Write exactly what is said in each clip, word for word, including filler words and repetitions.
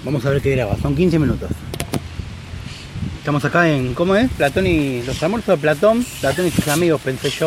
Vamos a ver qué graba, son quince minutos. Estamos acá en, ¿cómo es? Platón y los almuerzos de Platón, Platón y sus amigos, pensé yo.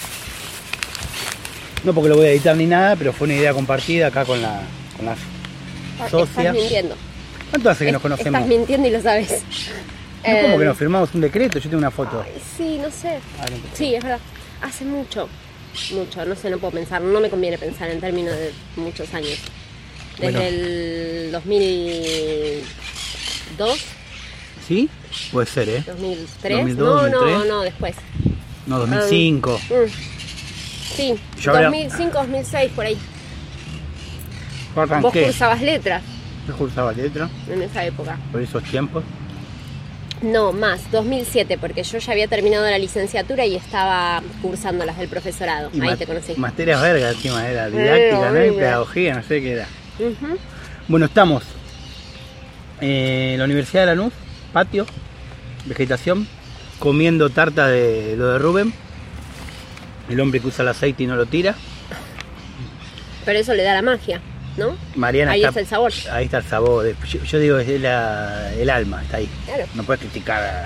No porque lo voy a editar ni nada, pero fue una idea compartida acá con la, con la socia. Estás mintiendo. ¿Cuánto hace que nos conocemos? Estás mintiendo y lo sabes. No, eh, como que nos firmamos un decreto, yo tengo una foto. Ay, sí, no sé. Ah, no. Sí, es verdad. Hace mucho, mucho, no sé, no puedo pensar, no me conviene pensar en términos de muchos años. Desde Bueno. el dos mil dos, ¿Sí? Puede ser, ¿eh? dos mil tres. dos mil dos, no, dos mil tres. no, no, después. No, dos mil cinco. Um, mm, sí, Yo habría- dos mil cinco, dos mil seis, por ahí. Yo Vos arranqué. cursabas letras Yo cursaba letra en esa época. por esos tiempos. No, más, dos mil siete, porque yo ya había terminado la licenciatura y estaba cursando las del profesorado. Y Ahí ma- te conocí. Materias verga encima, era didáctica, Eh, ¿no? Y horrible. pedagogía, no sé qué era. Ujú. Bueno, estamos en la Universidad de Lanús, patio, vegetación, comiendo tarta de lo de Rubén, el hombre que usa el aceite y no lo tira. Pero eso le da la magia, ¿no? Mariana Ahí está, está el sabor. Ahí está el sabor. Yo, yo digo, es la- el alma, está ahí. Claro. No puedes criticar a...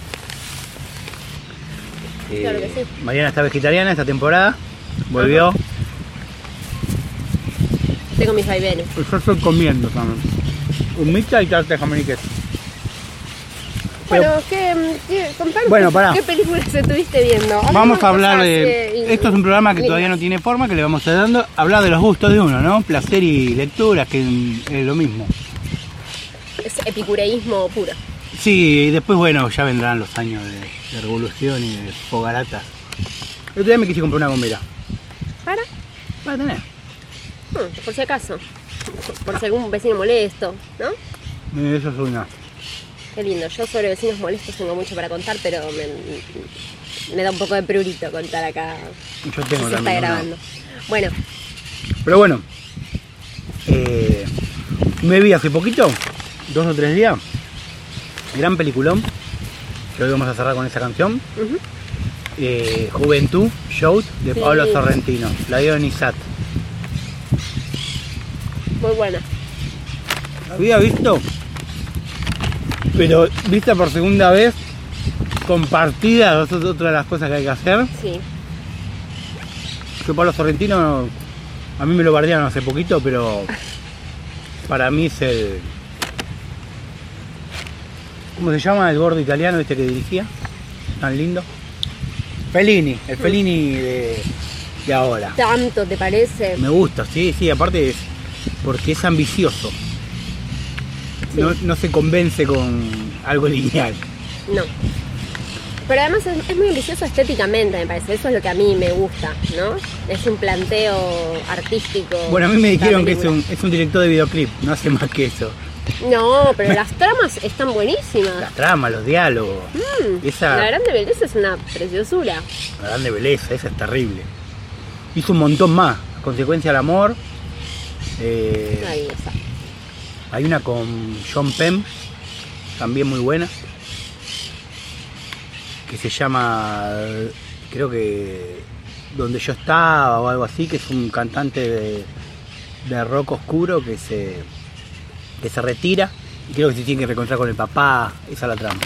Eh, Claro que sí. Mariana está vegetariana esta temporada, volvió. Tengo mis vaivenes. Yo estoy comiendo también. Humita y tarta de jamón y queso. Pero- Bueno, ¿qué, qué, contanos Bueno, qué, pará. qué películas estuviste viendo? Vamos Hablemos a hablar cosas, de... eh, Esto es un programa que lindas. todavía no tiene forma, que le vamos a estar dando. Hablar de los gustos de uno, ¿no? Placer y lectura, que es lo mismo. Es epicureísmo puro. Sí, y después, bueno, ya vendrán los años de, de revolución y de fogaratas. El otro día me quise comprar una bombera. ¿Para? Para tener. Hmm, por si acaso. Por si algún vecino molesto, ¿no? Eh, Eso es una... Qué lindo. Yo sobre vecinos molestos tengo mucho para contar, pero me, me da un poco de prurito contar acá. Yo Si tengo se está también una. grabando. Bueno, Pero bueno, eh, me vi hace poquito, dos o tres días, gran peliculón, que hoy vamos a cerrar con esa canción, ujú. eh, Juventud, Shout, de Sí. Pablo Sorrentino, la dio en ISAT. Muy buena. Había visto, pero vista por segunda vez, compartida, eso es otra de las cosas que hay que hacer. Sí. Yo Pablo Sorrentino, a mí me lo bardearon hace poquito, pero para mí es el... ¿Cómo se llama el gordo italiano este que dirigía? Tan lindo. Fellini, el Fellini de, de ahora. ¿Tanto te parece? Me gusta, sí, sí, aparte es porque es ambicioso. Sí. No, no se convence con algo lineal. No. Pero además es, es muy ambicioso estéticamente, me parece. Eso es lo que a mí me gusta, ¿no? Es un planteo artístico. Bueno, a mí me dijeron la que es película. un, es un director de videoclip, no hace más que eso. No, pero las tramas están buenísimas. Las tramas, los diálogos, Mm, esa... La grande belleza es una preciosura. La grande belleza, esa es terrible. Hizo un montón más. Consecuencia del amor. Eh, Ahí está. hay una con John Penn, también muy buena. Que se llama, creo que Donde yo estaba o algo así, que es un cantante de, de rock oscuro que se, que se retira. Y creo que se tiene que reencontrar con el papá. Esa es la trama.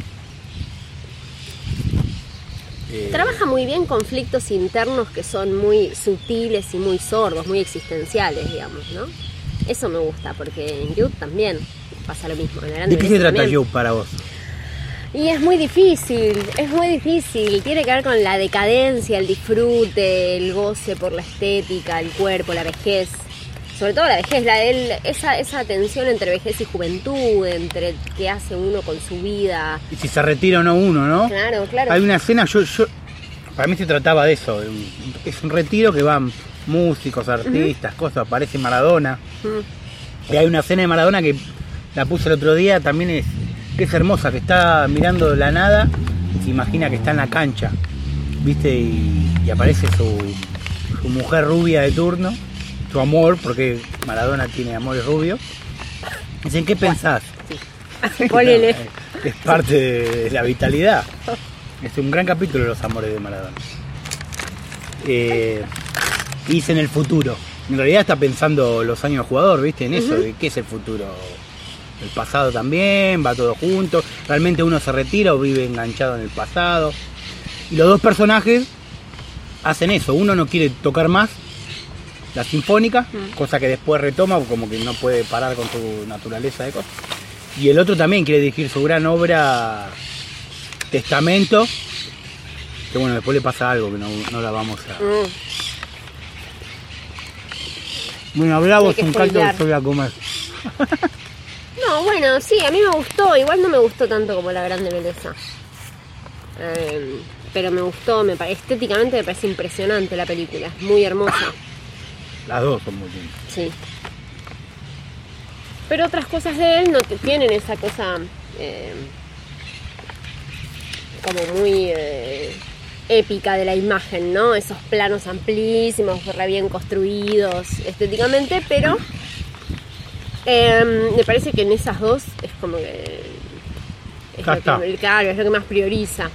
Eh, Trabaja muy bien conflictos internos que son muy sutiles y muy sordos, muy existenciales, digamos, ¿no? Eso me gusta, porque en Youth también pasa lo mismo. En La Grande ¿De qué se Belleza trata también. You para vos? Y es muy difícil, es muy difícil. Tiene que ver con la decadencia, el disfrute, el goce por la estética, el cuerpo, la vejez. Sobre todo la vejez, la, el, esa, esa tensión entre vejez y juventud, entre qué hace uno con su vida. Y si se retira o no uno, ¿no? Claro, claro. Hay una escena, yo, yo, para mí se trataba de eso, de un- es un retiro que van músicos, artistas, cosas, aparece Maradona. Mm. Y hay una escena de Maradona que la puse el otro día, también es, que es hermosa, que está mirando la nada, y se imagina que está en la cancha, ¿viste? Y, y aparece su, su mujer rubia de turno, su amor, porque Maradona tiene amores rubios. Dicen, ¿qué pensás? Ponele. No, es parte de la vitalidad. Es un gran capítulo de los amores de Maradona. Eh, dice en el futuro. En realidad está pensando los años del jugador, ¿viste? En eso, Ujú. de qué es el futuro. el pasado también, va todo junto. Realmente uno se retira o vive enganchado en el pasado. Y los dos personajes hacen eso. Uno no quiere tocar más la sinfónica, mm. cosa que después retoma, como que no puede parar con su naturaleza de cosas. Y el otro también quiere dirigir su gran obra Testamento, que bueno, después le pasa algo que no, no la vamos a... Mm. Bueno, hablamos un caldo que voy a comer. No, bueno, sí, a mí me gustó, igual no me gustó tanto como La Grande Belleza. Eh, pero me gustó, me pare... estéticamente me parece impresionante la película, es muy hermosa. Las dos son muy lindas. Sí. Pero otras cosas de él no tienen esa cosa eh, como muy eh, épica de la imagen, ¿no? Esos planos amplísimos, re bien construidos estéticamente, pero eh, me parece que en esas dos es como que es lo que, claro, es lo que más prioriza.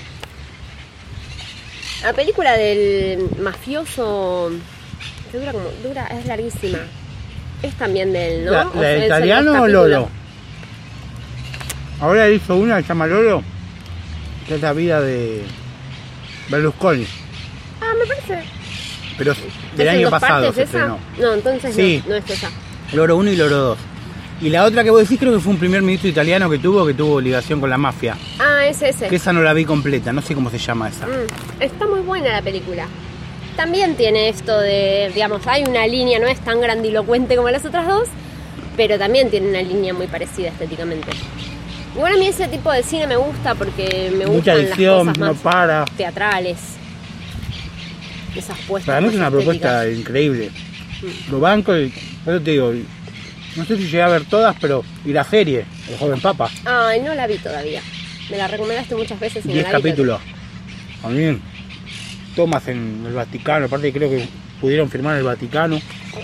La película del mafioso que dura como dura, es larguísima. Es también de él, ¿no? ¿La, la de italiano o Lolo? Ahora hizo una que se llama Lolo, que es la vida de Berlusconi. Ah, me parece. Pero del año pasado se estrenó. No, entonces sí. no, no es esa. Loro uno y Loro dos. Y la otra que vos decís creo que fue un primer ministro italiano que tuvo, que tuvo ligación con la mafia. Ah, es ese. Que esa no la vi completa, no sé cómo se llama esa. Mm, está muy buena la película. También tiene esto de, digamos, hay una línea, no es tan grandilocuente como las otras dos, pero también tiene una línea muy parecida estéticamente. Igual a mí ese tipo de cine me gusta porque me mucha gustan adicción, las cosas más no para. teatrales. Esas puestas. Para mí es una estéticas. propuesta increíble. Mm. Lo banco y, por eso te digo, no sé si llegué a ver todas, pero y la serie, El Joven Papa. Ay, no la vi todavía. Me la recomendaste muchas veces y no la vi. diez capítulos. También. Tomas en el Vaticano, aparte creo que pudieron firmar en el Vaticano.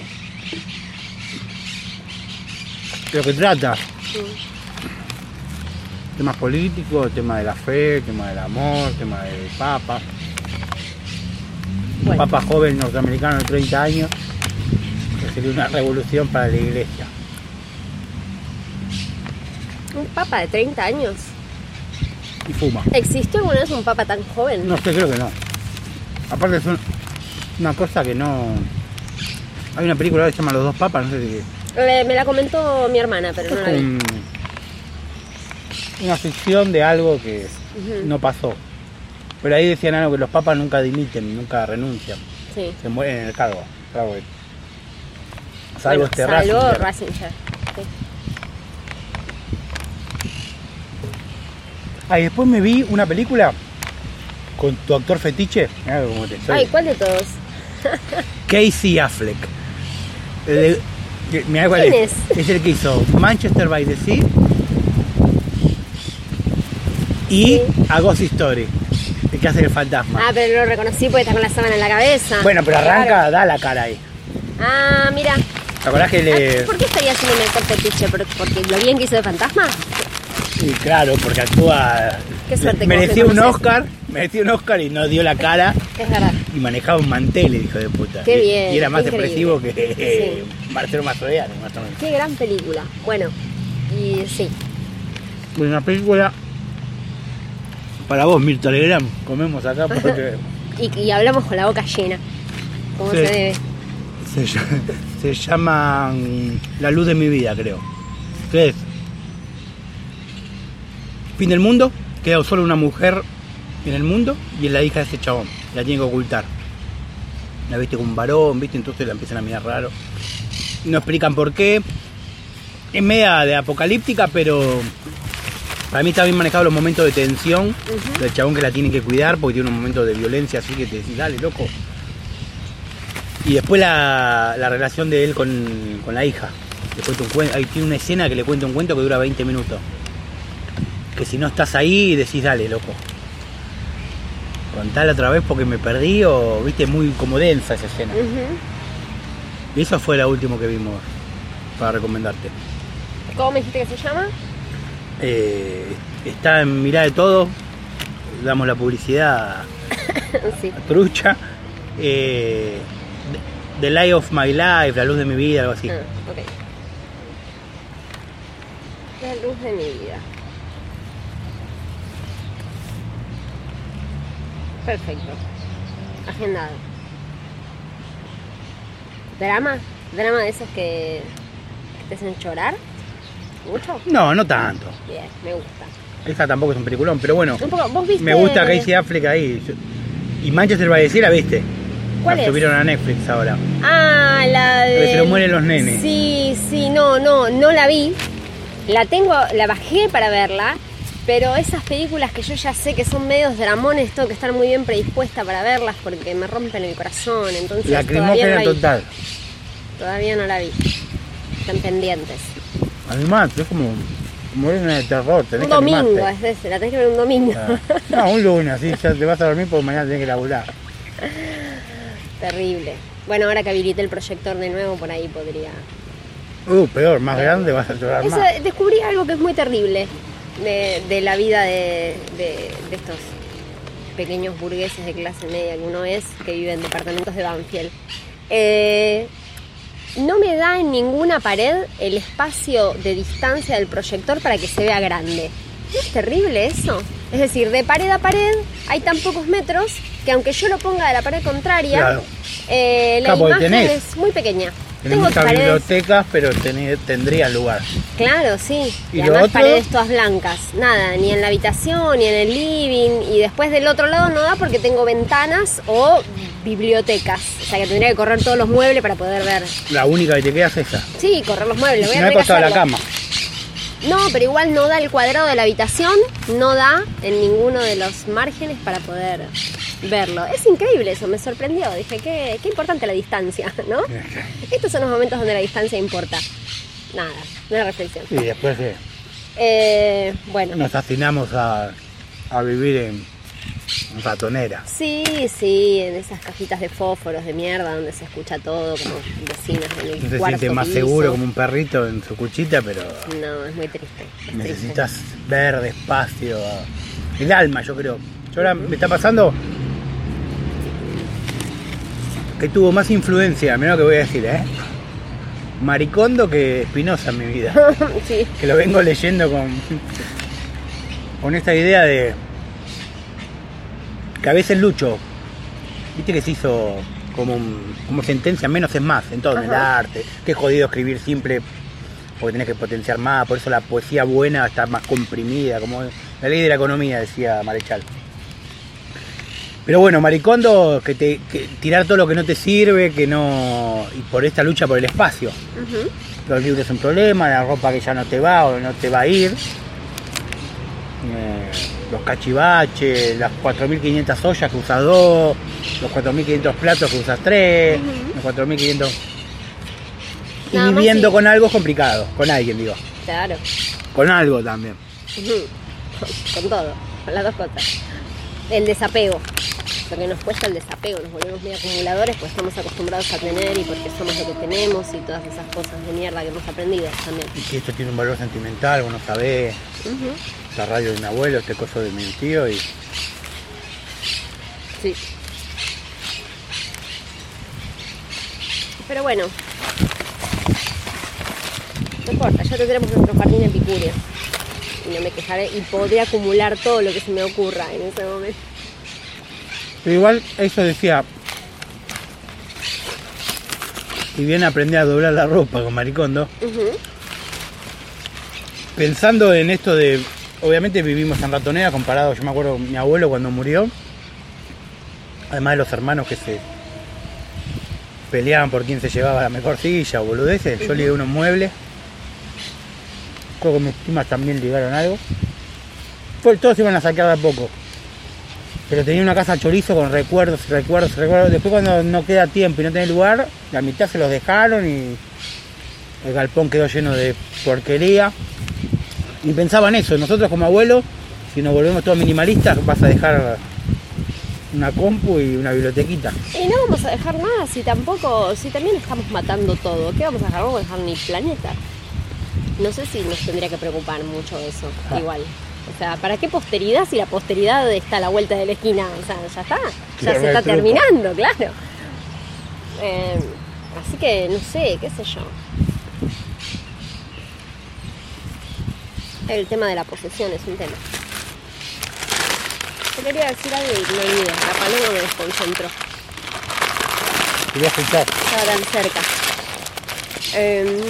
De lo que trata. Sí. Temas políticos, tema de la fe, tema del amor, tema del Papa. Bueno. Un Papa joven norteamericano de treinta años, que sería una revolución para la iglesia. ¿Un Papa de treinta años? Y fuma. ¿Existió alguna vez un Papa tan joven? No sé, creo que no. Aparte es un, una cosa que no... Hay una película que se llama Los Dos Papas, no sé si... Eh, me la comentó mi hermana, pero no la vi. Un, una ficción de algo que uh-huh. no pasó. Pero ahí decían algo que los papas nunca dimiten, nunca renuncian. Sí. Se mueren en el cargo. Salvo, salvo bueno, este salvo Ratzinger. Ratzinger. Sí. Ah, y después me vi una película con tu actor fetiche. Mirá cómo te soy. Ay, ¿cuál de todos? Casey Affleck. El de, mirá cuál ¿Quién es? es? Es el que hizo Manchester by the Sea y sí. A Ghost Story, el que hace el fantasma. Ah, pero lo reconocí porque está con la sábana en la cabeza. Bueno, pero arranca, claro. Da la cara ahí. Ah, mira. ¿Te acordás que le...? ¿Por qué estaría haciendo mi actor fetiche? ¿Porque lo bien que hizo de fantasma? Sí, claro, porque actúa... Qué suerte. Merecía un Oscar, merecía un Oscar y no dio la cara. Es verdad. Y manejaba un mantel, el hijo de puta. Qué y, bien. Y era más increíble. expresivo que eh, sí. Marcelo Mastroianni, más o menos. Qué gran película. Bueno, y sí. Una película para vos, Mirta Legrand. Comemos acá porque... y, y hablamos con la boca llena, como sí. se debe. Se, se llama La luz de mi vida, creo. ¿Qué es? Fin del mundo, queda solo una mujer en el mundo y es la hija de ese chabón. La tiene que ocultar. La viste con un varón, ¿viste? Entonces la empiezan a mirar raro. No explican por qué. Es media de apocalíptica, pero para mí está bien manejado los momentos de tensión uh-huh. del chabón que la tiene que cuidar porque tiene un momento de violencia así que te decís, dale, loco. Y después la, la relación de él con, con la hija. Le cuento un cuento. Ahí tiene una escena que le cuenta un cuento que dura veinte minutos. Que si no estás ahí decís, dale, loco. Contala otra vez porque me perdí o, viste, muy como densa esa escena. Uh-huh. Y eso fue la última que vimos para recomendarte. ¿Cómo me dijiste que se llama? Eh, está en Mirá de Todo. Damos la publicidad sí. a trucha. Eh, The Light of My Life, La luz de mi vida, algo así. Ah, okay. luz de mi vida. Perfecto. Agendado. ¿Drama? ¿Drama de esos que te hacen llorar? ¿Mucho? No, no tanto. Bien, me gusta. Esa tampoco es un peliculón, pero bueno. Un poco, ¿vos viste? Me gusta Casey Affleck ahí. Y Manchester by the Sea, ¿la viste? ¿Cuál la es? subieron a Netflix ahora. Ah, la de... Que se lo mueren los nenes. Sí, sí, no, no, no la vi. La tengo, la bajé para verla, pero esas películas que yo ya sé que son medios dramones, tengo que estar muy bien predispuesta para verlas porque me rompen el corazón, entonces Lacrimógena todavía no la vi. total. Todavía no la vi. Están pendientes. Además, es como morir en el terror. Tenés Un que domingo, animarte. es ese, la tenés que ver un domingo. Ah. No, un lunes, así ya te vas a dormir porque mañana tenés que laburar. Terrible. Bueno, ahora que habilité el proyector de nuevo, por ahí podría... Uh, peor, más grande vas a llorar Eso, más. descubrí algo que es muy terrible de, de la vida de, de, de estos pequeños burgueses de clase media que uno es, que viven en departamentos de Banfield. Eh, no me da en ninguna pared el espacio de distancia del proyector para que se vea grande. ¿No es terrible eso? Es decir, de pared a pared hay tan pocos metros que aunque yo lo ponga de la pared contraria, Claro. eh, la Claro, porque imagen tenés- es muy pequeña. Tenés Tengo muchas paredes, bibliotecas, pero tení- tendría lugar. claro, sí. ¿Y Y, lo además otro? paredes todas blancas. Nada, ni en la habitación, ni en el living. Y después del otro lado no da porque tengo ventanas o bibliotecas. O sea que tendría que correr todos los muebles para poder ver. La única que te queda es esa. Sí, correr los muebles. Voy Si a no, he tener que costado la hacerlo. cama. No, pero igual no da el cuadrado de la habitación, no da en ninguno de los márgenes para poder verlo. Es increíble eso, me sorprendió. Dije, qué, qué importante la distancia, ¿no? Estos son los momentos donde la distancia importa. Nada, una reflexión. Y después eh, Eh, bueno, nos asignamos a, a vivir en, en ratonera. sí, sí, en esas cajitas de fósforos de mierda donde se escucha todo, como vecinas en el No se cuarto siente más piso. seguro como un perrito en su cuchita, pero No, es muy triste. es necesitas ver despacio. El alma, yo creo. Yo ahora me está pasando que tuvo más influencia, mirá lo que voy a decir, ¿eh? Maricondo que Spinoza en mi vida. triste. Sí, Que lo vengo leyendo con, con esta idea de que a veces Lucho, viste que se hizo como, un- como sentencia, menos es más, en todo, en el Ajá. arte, que es jodido escribir simple porque tenés que potenciar más, por eso la poesía buena está más comprimida, como la ley de la economía, decía Marechal. Pero bueno, Maricondo, que te que tirar todo lo que no te sirve, que no. Y por esta lucha por el espacio. ujú. Los libros es un problema, la ropa que ya no te va o no te va a ir. Eh, los cachivaches, las cuatro mil quinientas ollas que usas dos, los cuatro mil quinientos platos que usas tres, Ujú. los cuatro mil quinientos... Y Nada más viviendo sí. con algo es complicado, con alguien digo, Claro. con algo también. Ujú. Con todo, con las dos cosas. El desapego. Lo que nos cuesta el desapego, nos volvemos muy acumuladores porque estamos acostumbrados a tener y porque somos lo que tenemos y todas esas cosas de mierda que hemos aprendido también. Y que esto tiene un valor sentimental, vos no sabés, Ujú. esta radio de mi abuelo, este coso de mi tío y... Sí. Pero bueno, no importa, ya tendremos nuestro jardín epicúreo. Y no me quejaré y podré acumular todo lo que se me ocurra en ese momento. Pero igual eso decía, si bien aprendí a doblar la ropa con Maricondo, Ujú. pensando en esto de, obviamente vivimos en ratonera comparado, yo me acuerdo mi abuelo cuando murió, además de los hermanos que se peleaban por quién se llevaba la mejor silla o boludeces, yo ligué unos muebles, creo que mis primas también ligaron algo, Fue- todos iban a saquear de a poco. Pero tenía una casa chorizo con recuerdos, recuerdos, recuerdos. Después cuando no queda tiempo y no tenés lugar, la mitad se los dejaron y el galpón quedó lleno de porquería. Y pensaba en eso, nosotros como abuelos, si nos volvemos todos minimalistas, vas a dejar una compu y una bibliotequita. Y no vamos a dejar nada si tampoco, si también estamos matando todo. ¿Qué vamos a dejar? No vamos a dejar ni planeta. No sé si nos tendría que preocupar mucho eso, Ah. igual. O sea, ¿para qué posteridad si la posteridad está a la vuelta de la esquina? O sea, ya está, ya Qué se está retruco. terminando, claro. Eh, así que, no sé, qué sé yo. El tema de la posesión es un tema. Te quería decir algo y me olvidé. La paloma me desconcentró. Quería escuchar. Estaba tan cerca. Eh,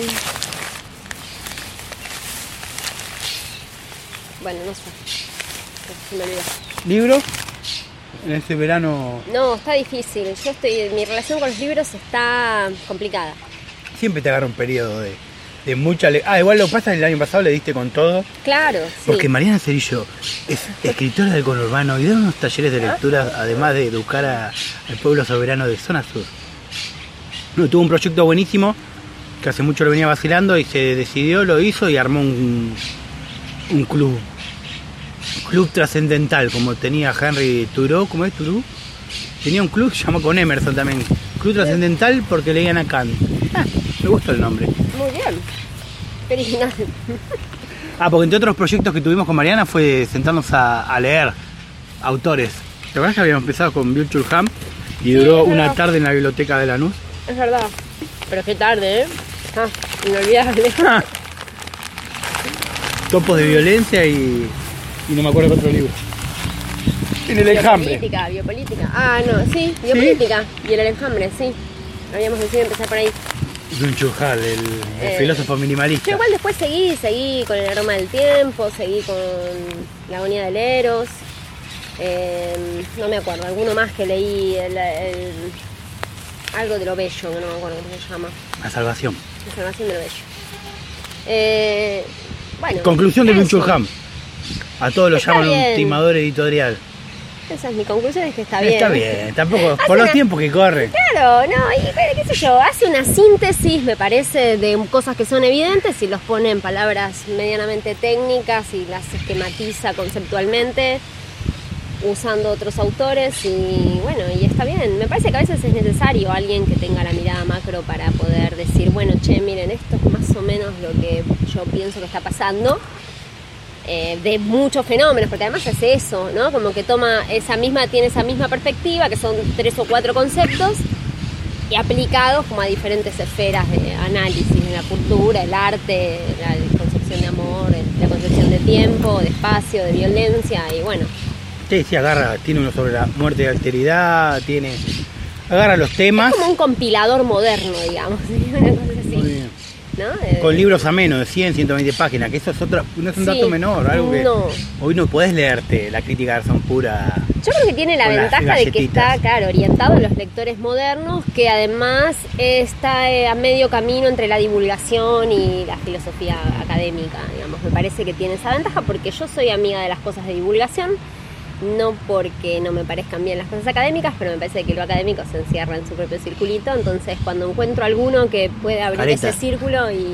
bueno, no sé. Se me olvidó. ¿Libro? En este verano... No, está difícil. Yo estoy, mi relación con los libros está complicada. Siempre te agarra un periodo de, de mucha... Le ah, igual lo que pasa es que el año pasado le diste con todo. Claro, sí. Porque Mariana Cerillo es escritora del conurbano y da unos talleres de lectura, además de educar a- al pueblo soberano de Zona Sur. No, tuvo un proyecto buenísimo, que hace mucho lo venía vacilando y se decidió, lo hizo y armó un, un club. Club trascendental, como tenía Henry Thoreau, ¿cómo es Thoreau? Tenía un club, se llamó con Emerson también. Club trascendental porque leían a Kant. Ah, me gustó el nombre. Muy bien. Qué original. Ah, porque entre otros proyectos que tuvimos con Mariana fue sentarnos a, a leer autores. ¿Te acuerdas que habíamos empezado con Byung-Chul Han y duró es una verdad. tarde en la biblioteca de Lanús? Es verdad. Pero qué tarde, ¿eh? Ah, inolvidable. Topos de violencia y, y no me acuerdo qué otro libro. En el enjambre. Biopolítica, biopolítica. Ah, no, sí, biopolítica. Y el enjambre, sí. Habíamos decidido empezar por ahí. Byung-Chul Han, el, el Eh, filósofo minimalista. Yo igual después seguí, seguí con el aroma del tiempo, seguí con la agonía del Eros. Eh, no me acuerdo, alguno más que leí, el, el- algo de lo bello, que no me acuerdo cómo se llama. La salvación. La salvación de lo bello. Eh, bueno. Conclusión de eso. Byung-Chul Han. A todos lo Está llaman bien. un timador editorial. Esa es mi conclusión, es que está bien. Está bien, tampoco, Hace por los una- tiempos que corren. Claro, no, y bueno, qué sé yo, hace una síntesis, me parece, de cosas que son evidentes y los pone en palabras medianamente técnicas y las esquematiza conceptualmente usando otros autores y bueno, y está bien. Me parece que a veces es necesario alguien que tenga la mirada macro para poder decir, bueno, che, miren, esto es más o menos lo que yo pienso que está pasando. Eh, de muchos fenómenos, porque además hace eso, ¿no? Como que toma esa misma, tiene esa misma perspectiva, que son tres o cuatro conceptos, y aplicados como a diferentes esferas de análisis, de la cultura, el arte, la concepción de amor, la concepción de tiempo, de espacio, de violencia, y bueno. Sí, sí, agarra, tiene uno sobre la muerte de alteridad, tiene... Agarra los temas. Es como un compilador moderno, digamos, una cosa así. Muy bien. ¿No? De- Con libros a menos de cien, ciento veinte páginas, que eso es otra, no es un Sí, dato menor, algo que no. hoy no podés leerte la crítica de Garzón pura. Yo creo que tiene la Con las ventaja de que galletitas. está, claro, orientado a los lectores modernos, que además está eh, a medio camino entre la divulgación y la filosofía académica, digamos. Me parece que tiene esa ventaja porque yo soy amiga de las cosas de divulgación, no porque no me parezcan bien las cosas académicas, pero me parece que lo académico se encierra en su propio circulito, entonces cuando encuentro alguno que puede abrir Careta. ese círculo y...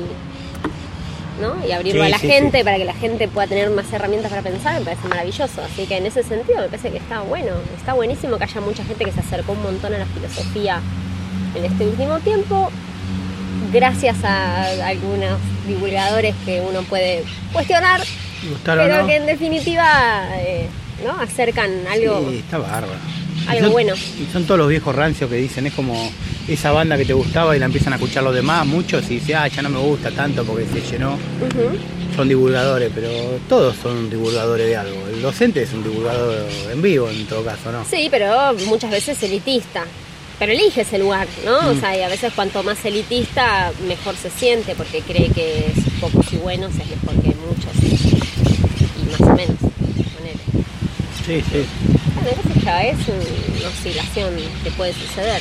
¿no? Y abrirlo Sí, a la sí, gente sí. para que la gente pueda tener más herramientas para pensar, me parece maravilloso. Así que en ese sentido me parece que está bueno, está buenísimo que haya mucha gente que se acercó un montón a la filosofía en este último tiempo, gracias a algunos divulgadores que uno puede cuestionar, ¿Gustaron o pero no? que en definitiva eh, ¿no? acercan algo, Sí, está bárbaro. algo Y son- bueno. Y son todos los viejos rancios que dicen, es como esa banda que te gustaba y la empiezan a escuchar los demás, muchos, y dicen, ah, ya no me gusta tanto porque se llenó. Ujú. Son divulgadores, pero todos son divulgadores de algo. El docente es un divulgador en vivo, en todo caso, ¿no? Sí, pero muchas veces elitista. Pero elige ese lugar, ¿no? Mm. O sea, y a veces cuanto más elitista, mejor se siente, porque cree que sus pocos y buenos es mejor que muchos. Y más o menos, ponele. Sí, sí. Bueno, qué sé yo, es una oscilación que puede suceder.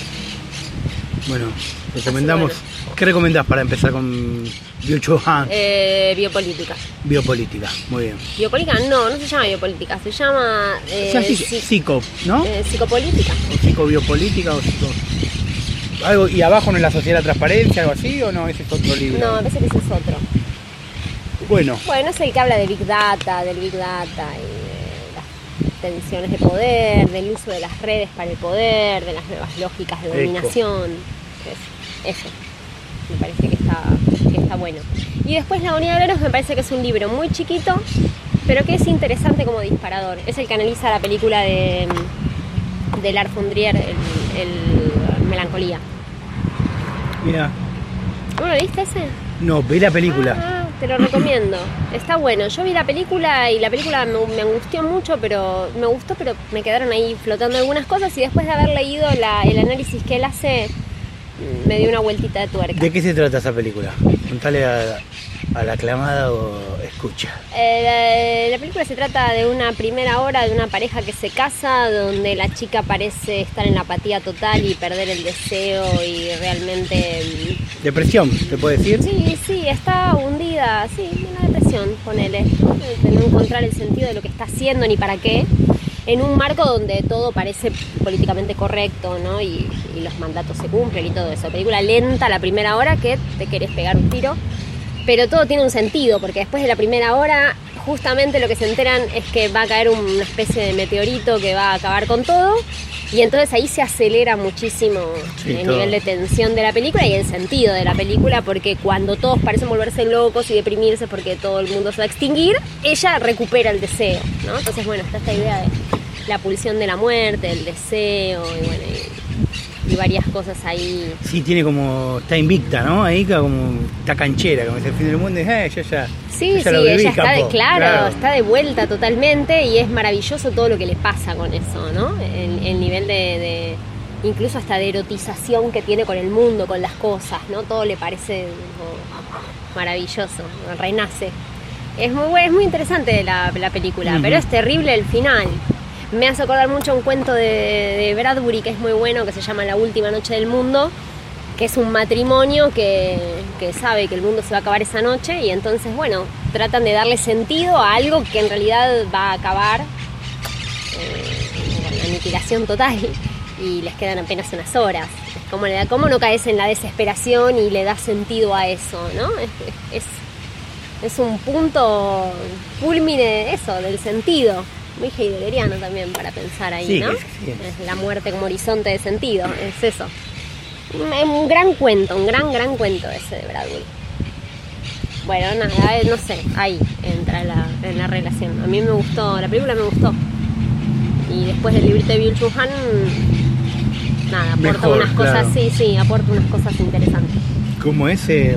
Bueno, recomendamos. ¿Qué recomendás para empezar con Byung-Chul Han? Eh, biopolítica. Biopolítica, muy bien. Biopolítica, no, no se llama biopolítica, se llama eh, O sea, sí, psi- psico, ¿no? eh, psicopolítica. O psicobiopolítica o psico... Algo, ¿y abajo no es la sociedad de la transparencia, algo así, o no? Ese es otro libro. No, me parece que ese es otro. Bueno, Bueno, es el que habla de Big Data, del Big Data y de las tensiones de poder, del uso de las redes para el poder, de las nuevas lógicas de Eco. dominación. Es- Eso, me parece que está, que está bueno. Y después La agonía de Eros me parece que es un libro muy chiquito, pero que es interesante como disparador. Es el que analiza la película de, de Lars von Trier, el, el Melancolía. mira. ¿No lo viste ese? No, vi la película. Ah, te lo recomiendo. Está bueno. Yo vi la película y la película me, me angustió mucho, pero me gustó, pero me quedaron ahí flotando algunas cosas y después de haber leído la, el análisis que él hace, me dio una vueltita de tuerca. ¿De qué se trata esa película? Contale a, a la aclamada o escucha. Eh, la, la película se trata de una primera hora de una pareja que se casa, donde la chica parece estar en la apatía total y perder el deseo y realmente... ¿Depresión, te puedo decir? Sí, sí, está hundida, sí, una depresión, ponele, ¿no? De no encontrar el sentido de lo que está haciendo ni para qué, en un marco donde todo parece políticamente correcto, ¿no? Y, y los mandatos se cumplen y todo eso. Película lenta la primera hora que te querés pegar un tiro, pero todo tiene un sentido, porque después de la primera hora justamente lo que se enteran es que va a caer una especie de meteorito que va a acabar con todo, y entonces ahí se acelera muchísimo sí, el todo. nivel de tensión de la película y el sentido de la película, porque cuando todos parecen volverse locos y deprimirse porque todo el mundo se va a extinguir, ella recupera el deseo, ¿no? Entonces, bueno, está esta idea de la pulsión de la muerte, el deseo y bueno, y, y varias cosas ahí. Sí, tiene como, está invicta, ¿no? Ahí como, está canchera, como es el fin del mundo, y eh, yo ya, sí, ya sí, lo viví, ella está de, claro, claro, está de vuelta totalmente y es maravilloso todo lo que le pasa con eso, ¿no? El, el nivel de, de, incluso hasta de erotización que tiene con el mundo, con las cosas, ¿no? Todo le parece oh, maravilloso, renace. Es muy, es muy interesante la, la película, uh-huh. pero es terrible el final. Me hace acordar mucho un cuento de, de Bradbury que es muy bueno, que se llama La última noche del mundo, que es un matrimonio que, que sabe que el mundo se va a acabar esa noche y entonces, bueno, tratan de darle sentido a algo que en realidad va a acabar, eh, la aniquilación total, y les quedan apenas unas horas. ¿Cómo, le da, ¿Cómo no caes en la desesperación y le das sentido a eso, no? Es, es, es un punto culmine eso, del sentido. Muy heideggeriano también para pensar ahí, sí, ¿no? Sí, sí. Es la muerte como horizonte de sentido, es eso. Es un gran cuento, un gran, gran cuento ese de Bradbury. Bueno, nada, no sé, ahí entra la, en la relación. A mí me gustó, la película me gustó. Y después del librito de Byung-Chul Han, nada, aporta Mejor, unas cosas, claro. sí, sí, aporta unas cosas interesantes. Como ese,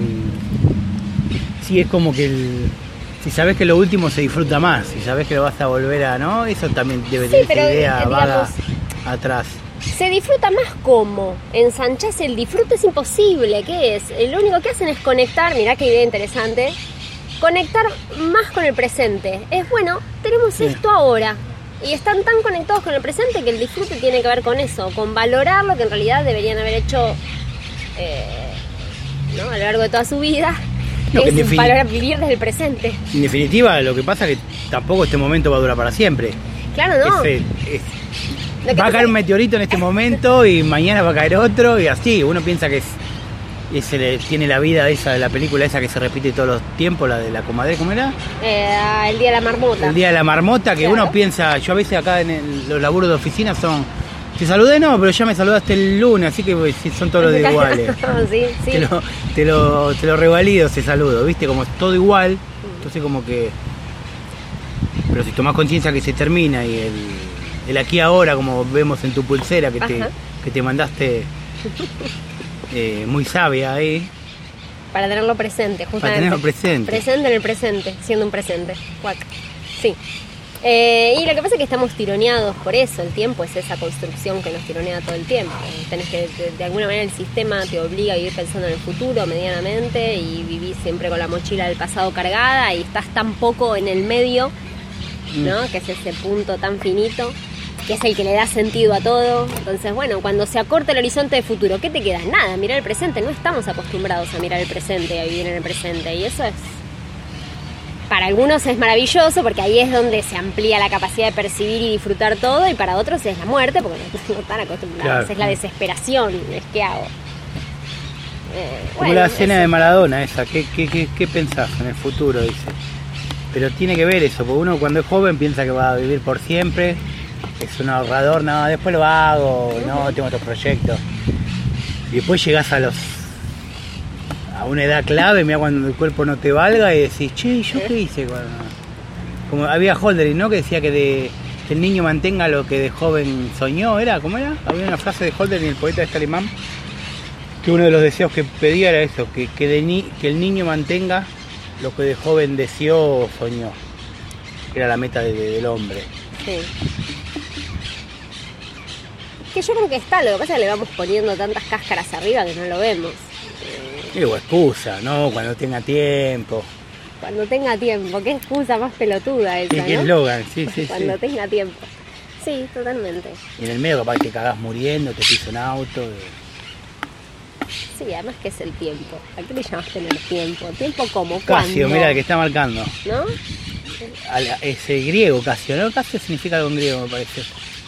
sí, es como que el... Si sabes que lo último se disfruta más, si sabes que lo vas a volver a, ¿no? Eso también debe sí, tener pero, esa idea digamos, vaga atrás. Se disfruta más como, ensanchás el disfrute, es imposible, ¿qué es? Lo único que hacen es conectar, mirá qué idea interesante, conectar más con el presente. Es bueno, tenemos sí. esto ahora, y están tan conectados con el presente que el disfrute tiene que ver con eso, con valorar lo que en realidad deberían haber hecho eh, ¿no? a lo largo de toda su vida. No, es defini- para vivir desde el presente. En definitiva, lo que pasa es que tampoco este momento va a durar para siempre. Claro, no. Es, es, va a caer un meteorito en este momento y mañana va a caer otro y así. Uno piensa que es, es el, tiene la vida esa de la película esa que se repite todos los tiempos, la de la comadre, ¿cómo era? Eh, el día de la marmota. El día de la marmota, que claro. uno piensa, yo a veces acá en el, los laburos de oficina son... Te saludé, no, pero ya me saludaste el lunes, así que pues, son todos los de iguales. sí, sí. Te lo, te lo, te lo revalido ese saludo, ¿viste? Como es todo igual, entonces como que... Pero si tomás conciencia que se termina y el, el aquí ahora, como vemos en tu pulsera que te, que te mandaste eh, muy sabia ahí. Para tenerlo presente, justamente. Para tenerlo presente. Presente en el presente, siendo un presente. Cuac. Sí. Eh, y lo que pasa es que estamos tironeados por eso, el tiempo es esa construcción que nos tironea todo el tiempo. Tenés que, de, de alguna manera el sistema te obliga a vivir pensando en el futuro medianamente y vivís siempre con la mochila del pasado cargada y estás tan poco en el medio, ¿no? Mm. Que es ese punto tan finito, que es el que le da sentido a todo. Entonces, bueno, cuando se acorta el horizonte de futuro, ¿qué te queda? Nada, mirar el presente. No estamos acostumbrados a mirar el presente y a vivir en el presente, y eso es... Para algunos es maravilloso porque ahí es donde se amplía la capacidad de percibir y disfrutar todo, y para otros es la muerte porque no, no están acostumbrados, claro. Es la desesperación, es ¿qué hago? Eh, Como bueno, la escena eso. de Maradona esa, ¿qué, qué, qué, ¿qué pensás en el futuro? Dice. Pero tiene que ver eso, porque uno cuando es joven piensa que va a vivir por siempre, es un ahorrador, no, después lo hago, no, tengo otros proyectos. Y después llegás a los... a una edad clave, mira cuando el cuerpo no te valga y decís, che, ¿yo qué hice? Bueno, como había Holderlin, ¿no? Que decía que, de, que el niño mantenga lo que de joven soñó, ¿era? ¿Cómo era? Había una frase de Holderlin, el poeta de este alemán, que uno de los deseos que pedía era eso, que, que, de ni, que el niño mantenga lo que de joven deseó, soñó. Que era la meta de, de, del hombre. Sí. Que yo creo que está, lo que pasa es que le vamos poniendo tantas cáscaras arriba que no lo vemos. Eh... Digo, excusa, ¿no? Cuando tenga tiempo. Cuando tenga tiempo, qué excusa más pelotuda esa, sí, ¿no? Qué eslogan, sí, sí, Cuando sí. tenga tiempo. Sí, totalmente. Y en el medio capaz te cagás muriendo, te pisa un auto. De... Sí, además que es el tiempo. ¿A qué le llamas tener tiempo? ¿Tiempo como? Casio, ¿Cuándo? mira el que está marcando. ¿No? Ese griego Casio, ¿no? Casio significa algo en griego, me parece.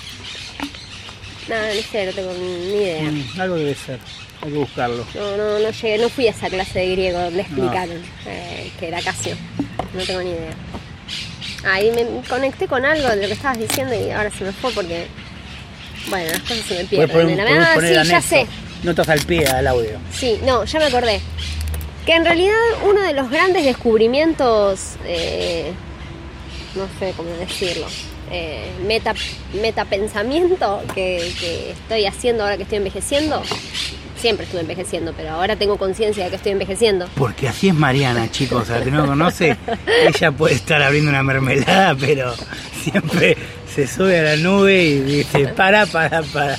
No, no sé, no tengo ni idea. Mm, algo debe ser, hay que buscarlo. No, no, no llegué, no fui a esa clase de griego donde explicaron no. eh, que era Casio. No tengo ni idea. Ahí me conecté con algo de lo que estabas diciendo y ahora se me fue porque, bueno, las cosas se me pierden. Poner, la poner, ah, poner sí, anexo, ya sé. Notas al pie al audio. Sí, no, ya me acordé. Que en realidad uno de los grandes descubrimientos, eh, no sé cómo decirlo, eh, meta, metapensamiento que, que estoy haciendo ahora que estoy envejeciendo. Siempre estuve envejeciendo, pero ahora tengo conciencia de que estoy envejeciendo. Porque así es Mariana, chicos, a la que no conoce, ella puede estar abriendo una mermelada, pero siempre se sube a la nube y dice, para, para, para.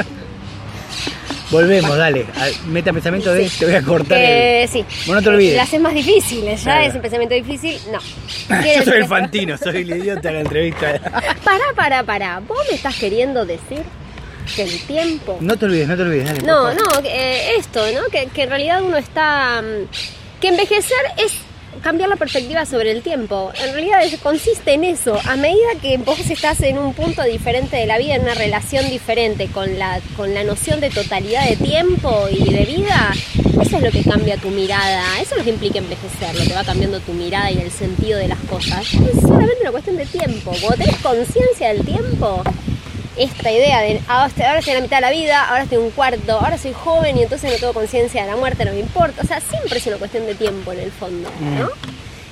Volvemos, dale, al metapensamiento de Sí. te voy a cortar Eh, el... sí. Bueno, no te olvides. Las haces más difíciles, ya Claro. es un pensamiento difícil, no. Yo soy el Fantino, soy el idiota de la entrevista. Pará, pará, pará. ¿Vos me estás queriendo decir que el tiempo... No te olvides, no te olvides, dale. No, por favor. no, eh, esto, ¿no? Que, que en realidad uno está... Que envejecer es cambiar la perspectiva sobre el tiempo. En realidad es, consiste en eso. A medida que vos estás en un punto diferente de la vida, en una relación diferente con la, con la noción de totalidad de tiempo y de vida, eso es lo que cambia tu mirada. Eso es lo que implica envejecer, lo que va cambiando tu mirada y el sentido de las cosas. Es solamente una cuestión de tiempo. Cuando tenés conciencia del tiempo... Esta idea de ahora estoy, ahora estoy en la mitad de la vida, ahora estoy en un cuarto, ahora soy joven y entonces no tengo conciencia de la muerte, no me importa. O sea, siempre es una cuestión de tiempo en el fondo, ¿no? Mm.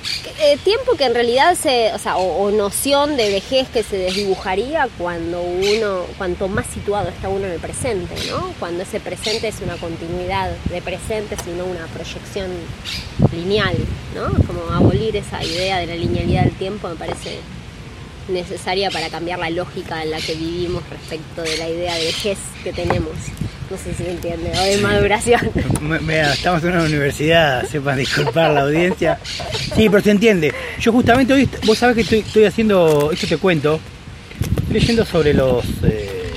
Eh, tiempo que en realidad se, o sea, o, o noción de vejez que se desdibujaría cuando uno, cuanto más situado está uno en el presente, ¿no? Cuando ese presente es una continuidad de presente, sino una proyección lineal, ¿no? Como abolir esa idea de la linealidad del tiempo me parece necesaria para cambiar la lógica en la que vivimos respecto de la idea de vejez que tenemos. No sé si se entiende, o de sí. maduración. Mira, estamos en una universidad, sepan disculpar la audiencia. Sí, pero se entiende. Yo justamente hoy, vos sabés que estoy, estoy haciendo, esto te cuento, estoy leyendo sobre los, eh,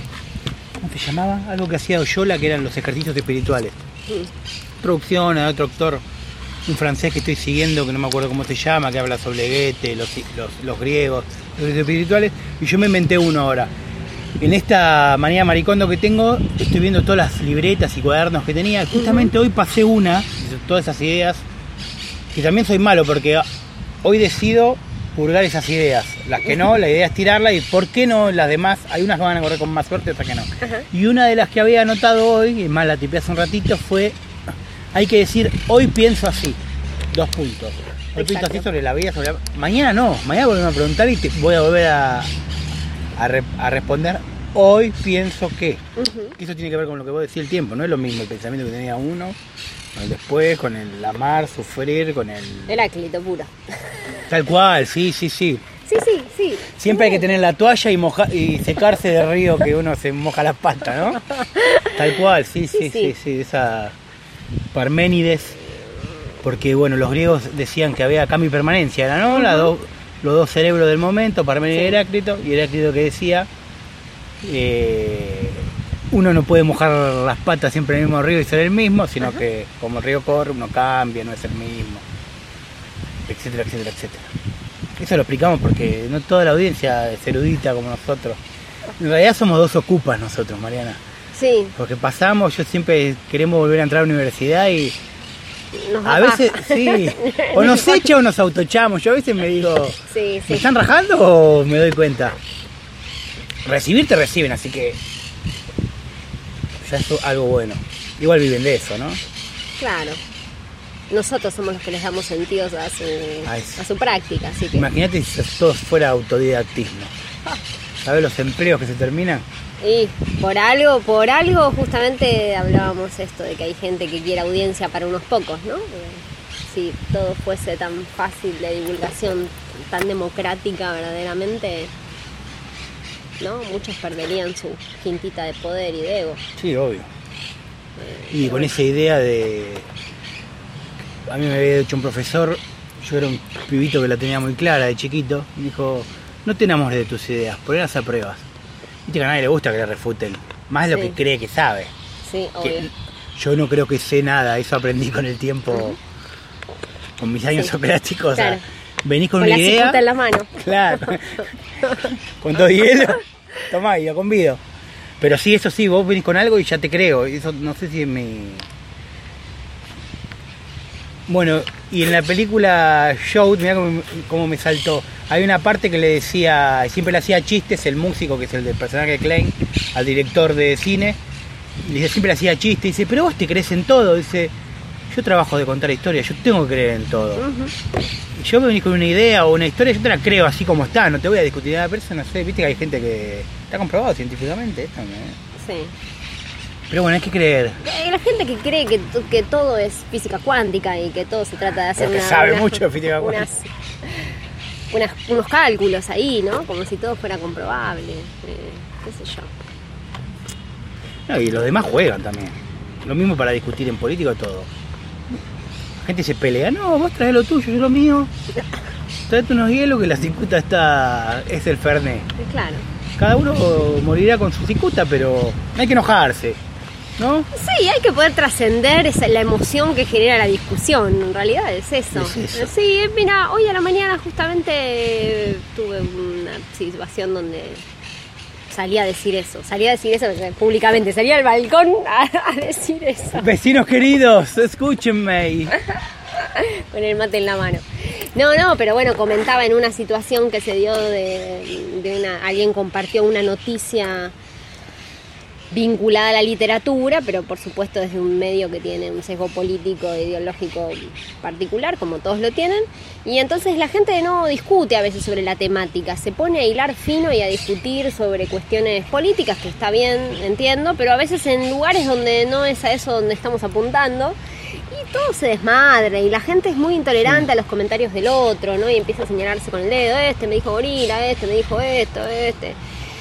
¿cómo se llamaba? Algo que hacía Oyola, que eran los ejercicios espirituales. Mm. Traducción a otro autor, un francés que estoy siguiendo, que no me acuerdo cómo se llama, que habla sobre Goethe, los, los, los griegos, los espirituales, y yo me inventé uno ahora. En esta manía maricondo que tengo, estoy viendo todas las libretas y cuadernos que tenía. Justamente uh-huh. hoy pasé una, todas esas ideas, que también soy malo, porque hoy decido purgar esas ideas. Las que no, la idea es tirarla, y ¿por qué no las demás? Hay unas que van a correr con más suerte, otras que no. Uh-huh. Y una de las que había anotado hoy, y más la tipé hace un ratito, fue... Hay que decir, hoy pienso así, dos puntos. Hoy pienso así sobre la vida, sobre la... Mañana no, mañana volvemos a preguntar y te voy a volver a, a, re, a responder, hoy pienso que. Uh-huh. Eso tiene que ver con lo que vos decís, el tiempo, no es lo mismo el pensamiento que tenía uno, con el después, con el amar, sufrir, con el... Heráclito puro. Tal cual, sí, sí, sí. Sí, sí, sí. Siempre hay que tener la toalla y, moja, y secarse de río que uno se moja las patas, ¿no? Tal cual, sí, sí, sí, sí, sí, sí esa... Parménides, porque bueno, los griegos decían que había cambio y permanencia, ¿era, no? Uh-huh. La do, los dos cerebros del momento, Parménides sí. y Heráclito, y Heráclito que decía, eh, uno no puede mojar las patas siempre en el mismo río y ser el mismo, sino uh-huh. que como el río corre, uno cambia, no es el mismo, etcétera, etcétera, etcétera. Eso lo explicamos porque no toda la audiencia es erudita como nosotros. En realidad somos dos ocupas nosotros, Mariana. Sí. Porque pasamos, yo siempre queremos volver a entrar a la universidad y nos a veces, sí, o nos echa o nos autochamos. Yo a veces me digo, sí, sí. ¿me están rajando o me doy cuenta? Recibir te reciben, así que ya es algo bueno. Igual viven de eso, ¿no? Claro. Nosotros somos los que les damos sentidos a su, a, a su práctica, así que... Imagínate si todo fuera autodidactismo. ¿Sabes los empleos que se terminan? Y por algo, por algo justamente hablábamos esto de que hay gente que quiere audiencia para unos pocos, ¿no? si todo fuese tan fácil de divulgación, tan democrática verdaderamente, ¿no? Muchos perderían su quintita de poder y de ego. Sí, obvio. Eh, Y con esa idea de... A mí me había dicho un profesor, yo era un pibito que la tenía muy clara de chiquito, me dijo, no te enamores de tus ideas, ponlas a pruebas. Viste que a nadie le gusta que le refuten, más de lo Sí. que cree que sabe. Sí, obvio. Que yo no creo que sé nada, eso aprendí con el tiempo, Uh-huh. con mis años Sí. socráticos. Claro. O sea, venís con, Con una la idea, cicuta en la mano. claro, con dos hielo, tomá y lo convido. Pero sí, eso sí, vos venís con algo y ya te creo, eso no sé si es mi... Bueno, y en la película Shout, mirá cómo, cómo me saltó. Hay una parte que le decía, siempre le hacía chistes, el músico, que es el del personaje de Klein, al director de cine, y le dice, siempre le hacía chistes, y dice, pero vos te crees en todo. Dice, yo trabajo de contar historias, yo tengo que creer en todo. Ujú. Y yo me venís con una idea o una historia, yo te la creo así como está, no te voy a discutir nada, pero eso no sé, viste que hay gente que está comprobado científicamente esto, ¿no? Sí. Pero bueno, hay que creer. Eh, La gente que cree que, to- que todo es física cuántica y que todo se trata de hacer Pero que una- sabe unas- mucho de física unas- unas- unos cálculos ahí, ¿no? Como si todo fuera comprobable. eh, qué sé yo. No, y los demás juegan también. Lo mismo para discutir en política, todo. La gente se pelea, no, vos traes lo tuyo, yo lo mío. Traete unos hielos que la cicuta está. Es el Fernet. Eh, Claro. Cada uno morirá con su cicuta, pero no hay que enojarse, ¿no? Sí, hay que poder trascender esa- la emoción que genera la discusión. En realidad es eso. Es eso. Sí, mira, hoy a la mañana justamente tuve una situación donde salí a decir eso. Salí a decir eso públicamente. Salí al balcón a, a decir eso. Vecinos queridos, escúchenme. Con el mate en la mano. No, no, pero bueno, comentaba en una situación que se dio de, de una... Alguien compartió una noticia vinculada a la literatura, pero por supuesto desde un medio que tiene un sesgo político e ideológico particular, como todos lo tienen, y entonces la gente no discute a veces sobre la temática, se pone a hilar fino y a discutir sobre cuestiones políticas, que está bien, entiendo, pero a veces en lugares donde no es a eso donde estamos apuntando, y todo se desmadre, y la gente es muy intolerante sí. a los comentarios del otro, ¿no? Y empieza a señalarse con el dedo, este me dijo gorila, este me dijo esto, este...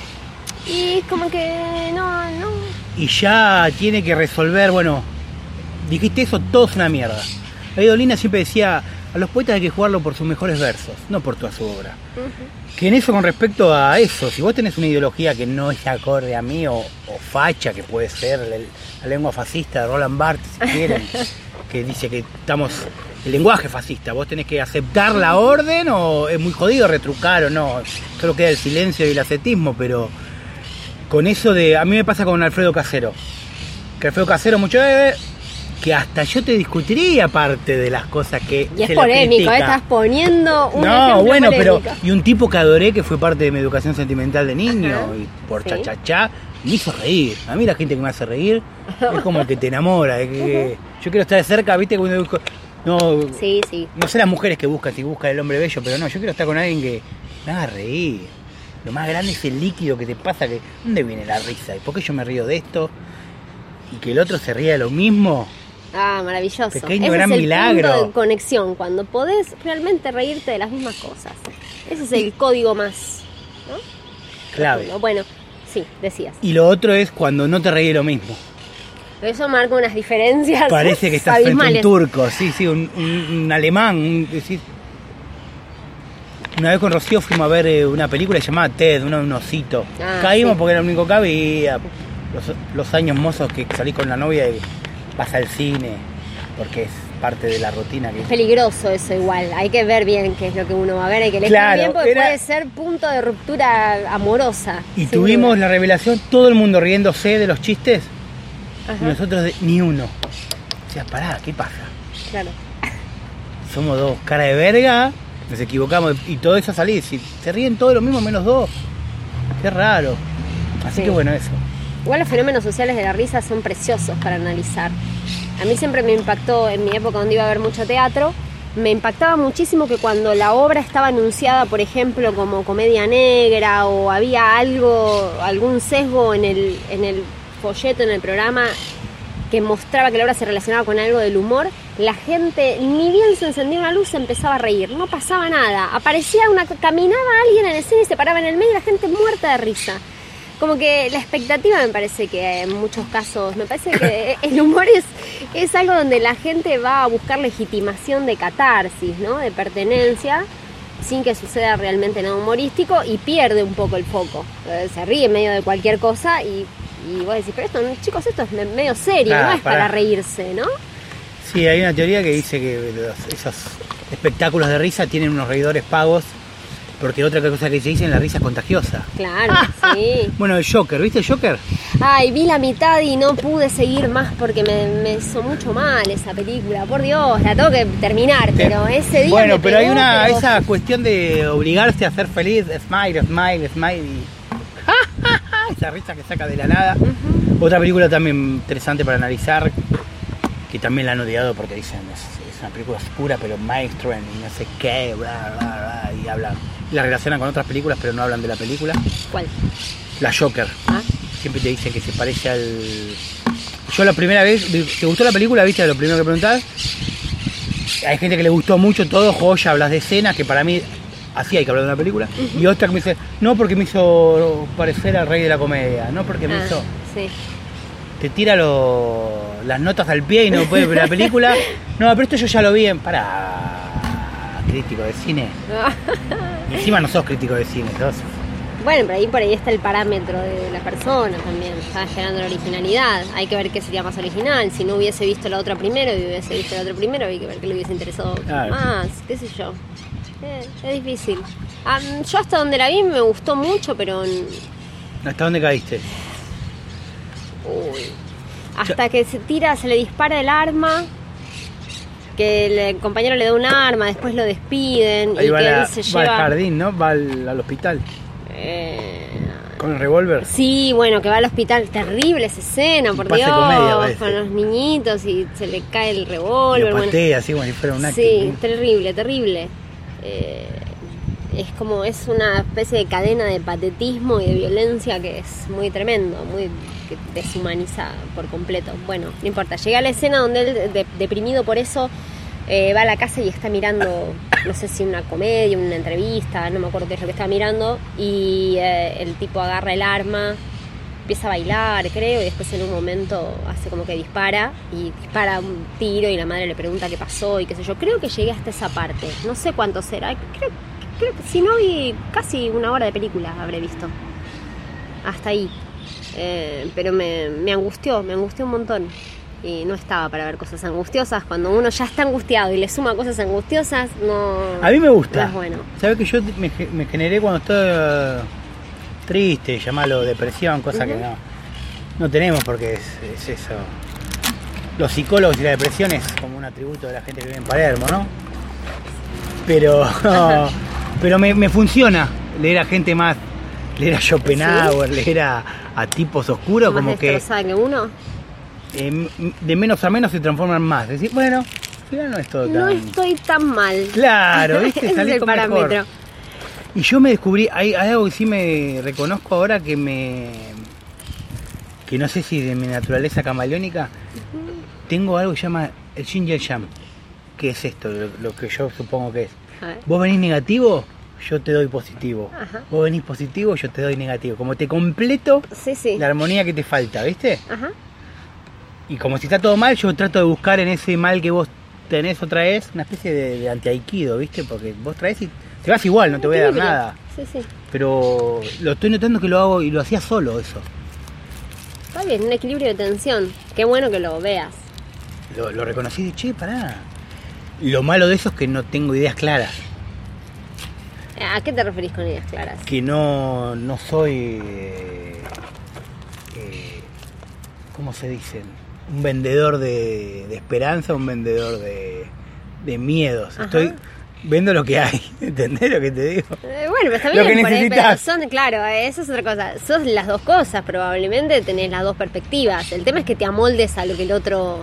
Y es como que no, no. Y ya tiene que resolver, bueno, dijiste eso, todo es una mierda. Dolina siempre decía, a los poetas hay que jugarlo por sus mejores versos, no por toda su obra. Uh-huh. Que en eso con respecto a eso, si vos tenés una ideología que no es acorde a mí, o, o facha, que puede ser la, la lengua fascista de Roland Barthes, si quieren, que dice que estamos... El lenguaje fascista, vos tenés que aceptar la orden, o es muy jodido retrucar o no, solo queda el silencio y el ascetismo, pero... Con eso de... A mí me pasa con Alfredo Casero. Que Alfredo Casero mucho... Eh, que hasta yo te discutiría parte de las cosas que y es se polémico, ¿eh? Estás poniendo un No, bueno, polémico. pero... Y un tipo que adoré, que fue parte de mi educación sentimental de niño, ajá, y por sí. cha-cha-cha, me hizo reír. A mí la gente que me hace reír es como el que te enamora. Es que uh-huh. Yo quiero estar cerca, ¿viste? Cuando busco... No, sí, sí. No sé las mujeres que buscan, si buscan el hombre bello, pero no, yo quiero estar con alguien que me haga reír. Lo más grande es el líquido que te pasa, que ¿dónde viene la risa? ¿Y por qué yo me río de esto? Y que el otro se ría de lo mismo. Ah, maravilloso. Pequeño Ese gran es el milagro. Punto de conexión, cuando podés realmente reírte de las mismas cosas. Ese es el código más, ¿no? Clave. Bueno, bueno, sí, decías. Y lo otro es cuando no te reís de lo mismo. Eso marca unas diferencias. Parece que estás frente a un turco, sí, sí, un, un, un alemán, un, decir, una vez con Rocío fuimos a ver eh, una película llamada Ted, un, un osito. Ah, Caímos sí. porque era lo único que había. Los, los años mozos que salís con la novia y vas al cine, porque es parte de la rutina. Que... Es peligroso eso igual, hay que ver bien qué es lo que uno va a ver, hay que elegir claro, bien porque era... puede ser punto de ruptura amorosa. Y tuvimos duda. La revelación, todo el mundo riéndose de los chistes, ajá. Y nosotros de, ni uno. O sea, pará, ¿qué pasa? Claro. Somos dos cara de verga. Nos equivocamos y todo eso salí. Si se ríen todos lo mismo menos dos. Qué raro. Así sí. que bueno, eso. Igual los fenómenos sociales de la risa son preciosos para analizar. A mí siempre me impactó, en mi época donde iba a ver mucho teatro, me impactaba muchísimo que cuando la obra estaba anunciada, por ejemplo, como comedia negra, o había algo, algún sesgo en el, en el folleto, en el programa, que mostraba que la obra se relacionaba con algo del humor, la gente, ni bien se encendía una luz, se empezaba a reír, no pasaba nada. Aparecía una, caminaba alguien en el cine y se paraba en el medio y la gente muerta de risa. Como que la expectativa me parece que en muchos casos, me parece que el humor es, es algo donde la gente va a buscar legitimación de catarsis, ¿no? De pertenencia, sin que suceda realmente nada humorístico y pierde un poco el foco. Se ríe en medio de cualquier cosa y, y vos decís, pero esto, chicos, esto es medio serio, ah, no es para, para reírse, ¿no? Sí, hay una teoría que dice que los, esos espectáculos de risa tienen unos reidores pagos. Porque otra cosa que se dice, la risa es contagiosa. Claro, sí. Bueno, el Joker, ¿viste el Joker? Ay, vi la mitad y no pude seguir más porque me, me hizo mucho mal esa película. Por Dios, la tengo que terminar, pero ese día Bueno, me pero pegó, hay una pero... esa cuestión de obligarse a ser feliz, smile, smile, smile y... esa risa que saca de la nada. Uh-huh. Otra película también interesante para analizar, que también la han odiado porque dicen es, es una película oscura pero mainstream y no sé qué, bla, bla, bla, y hablan... La relacionan con otras películas, pero no hablan de la película. ¿Cuál? La Joker. ¿Ah? Siempre te dicen que se parece al... Yo la primera vez... ¿Te gustó la película? ¿Viste? Lo primero que preguntás. Hay gente que le gustó mucho todo, joya, hablas de escenas, que para mí así hay que hablar de una película. Uh-huh. Y otra que me dice, no porque me hizo parecer al rey de la comedia, no porque me ah, hizo... Sí. Te tira lo... las notas al pie y no puede ver la película. No, pero esto yo ya lo vi en... Para... Crítico de cine. Encima no sos crítico de cine, sos... Bueno, pero ahí por ahí está el parámetro de la persona también. Está generando la originalidad. Hay que ver qué sería más original. Si no hubiese visto la otra primero y hubiese visto la otra primero, hay que ver qué le hubiese interesado claro. más, qué sé yo. Eh, es difícil. Ah, yo hasta donde la vi me gustó mucho, pero... ¿Hasta dónde caíste? Uy. Hasta yo... que se tira, se le dispara el arma... que el compañero le da un arma, después lo despiden ahí y va que la, él se va lleva... al jardín, ¿no? Va al, al hospital. Eh... ¿Con el revólver? Sí, bueno, que va al hospital. Terrible esa escena, por Dios. Comedia, con los niñitos y se le cae el revólver. Lo patea, bueno. así como si fuera un acto. Sí, terrible, terrible. Eh, es como, es una especie de cadena de patetismo y de violencia que es muy tremendo, muy... que deshumaniza por completo. Bueno, no importa. Llegué a la escena donde él, de, deprimido por eso, eh, va a la casa y está mirando, no sé si una comedia, una entrevista, no me acuerdo qué es lo que estaba mirando, y eh, el tipo agarra el arma, empieza a bailar, creo, y después en un momento hace como que dispara, y dispara un tiro y la madre le pregunta qué pasó y qué sé yo. Creo que llegué hasta esa parte. No sé cuánto será. Creo, creo que si no vi casi una hora de película habré visto. Hasta ahí. Eh, pero me, me angustió, me angustió un montón y no estaba para ver cosas angustiosas. Cuando uno ya está angustiado y le suma cosas angustiosas, no... A mí me gusta. No es bueno. ¿Sabes que yo me, me generé cuando estoy uh, triste, llamarlo depresión, cosa uh-huh. que no, no tenemos porque es, es eso. Los psicólogos y la depresión es como un atributo de la gente que vive en Palermo, ¿no? Pero, no, pero me, me funciona leer a gente más... Leer a Schopenhauer, ¿sí? Leer a, a tipos oscuros, ¿Más como que... destrozada que uno? Eh, de menos a menos se transforman más. Es decir, bueno, ya no es todo tan... No estoy tan mal. Claro, ¿viste? Ese Salí es el con parámetro. Mejor. Y yo me descubrí, hay, hay algo que sí me reconozco ahora que me... que no sé si de mi naturaleza camaleónica, uh-huh. tengo algo que se llama el yin y el yang. ¿Qué es esto? Lo, lo que yo supongo que es. ¿Vos venís negativo? Yo te doy positivo. Ajá. Vos venís positivo, yo te doy negativo. Como te completo sí, sí. la armonía que te falta, ¿viste? Ajá. Y como si está todo mal, yo trato de buscar en ese mal que vos tenés o traes una especie de, de anti-aikido, ¿viste? Porque vos traes y te vas igual, no te voy a dar nada. Sí, sí. Pero lo estoy notando que lo hago y lo hacía solo eso. Está bien, un equilibrio de tensión. Qué bueno que lo veas. Lo, lo reconocí de, che, pará. Lo malo de eso es que no tengo ideas claras. ¿A qué te referís con ideas claras? Que no, no soy, eh, eh, ¿cómo se dice? Un vendedor de, de esperanza, un vendedor de, de miedos. Ajá. Estoy vendo lo que hay, ¿entendés lo que te digo? Eh, bueno, pero está bien, lo que necesitas. Son, claro, eso es otra cosa. Sos las dos cosas, probablemente tenés las dos perspectivas. El tema es que te amoldes a lo que el otro,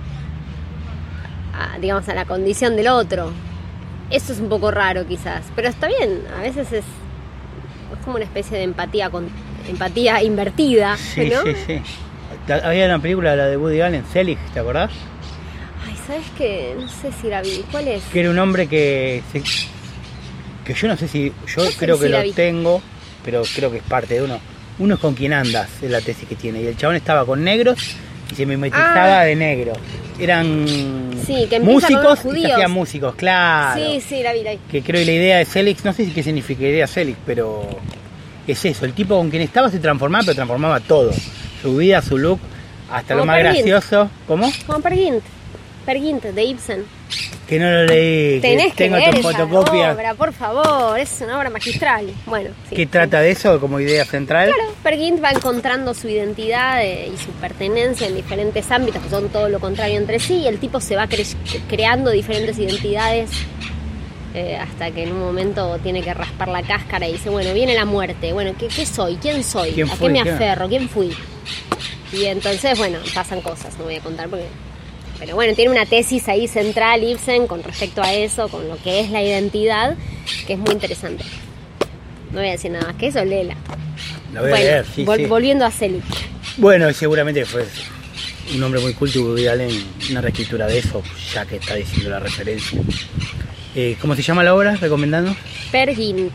a, digamos, a la condición del otro. Eso es un poco raro quizás, pero está bien, a veces es, es como una especie de empatía con empatía invertida, sí, ¿no? Sí, sí. Había una película, la de Woody Allen, Selig, ¿te acordás? Ay, ¿sabes qué? No sé si la vi. ¿Cuál es? Que era un hombre que... Se, que yo no sé si... Yo No sé creo si que la lo vi. tengo, pero creo que es parte de uno. Uno es con quien andas, es la tesis que tiene. Y el chabón estaba con negros y se mimetizaba Ah. de negro. Eran Sí, que empieza con unos músicos y se judíos. hacían músicos, claro. Sí, sí, la vi, la vi. Que creo que la idea de Selix, no sé si qué significa la idea de Selix, pero es eso, el tipo con quien estaba se transformaba, pero transformaba todo. Su vida, su look, hasta Como lo más Peer Gynt. gracioso. ¿Cómo? Como Per Gynt. Per Gynt, de Ibsen. Que no lo leí, Tenés que tengo leer tu esa fotocopia. obra, por favor, es una obra magistral. Bueno, sí. ¿Qué trata de eso como idea central? Claro, Per Gynt va encontrando su identidad eh, y su pertenencia en diferentes ámbitos que son todo lo contrario entre sí, y el tipo se va cre- creando diferentes identidades eh, hasta que en un momento tiene que raspar la cáscara y dice, bueno, viene la muerte, bueno, ¿qué, qué soy? ¿Quién soy? ¿Quién ¿A fui? qué me ¿Qué? aferro? ¿Quién fui? Y entonces, bueno, pasan cosas, no voy a contar porque... Pero bueno, tiene una tesis ahí central, Ibsen, con respecto a eso, con lo que es la identidad, que es muy interesante. No voy a decir nada más que eso, léela. La voy a Bueno, leer, sí, vol- sí. volviendo a Selig. Bueno, y seguramente fue un hombre muy culto y Woody Allen, una reescritura de eso, ya que está diciendo la referencia. Eh, ¿Cómo se llama la obra? Recomendando. Per Gynt.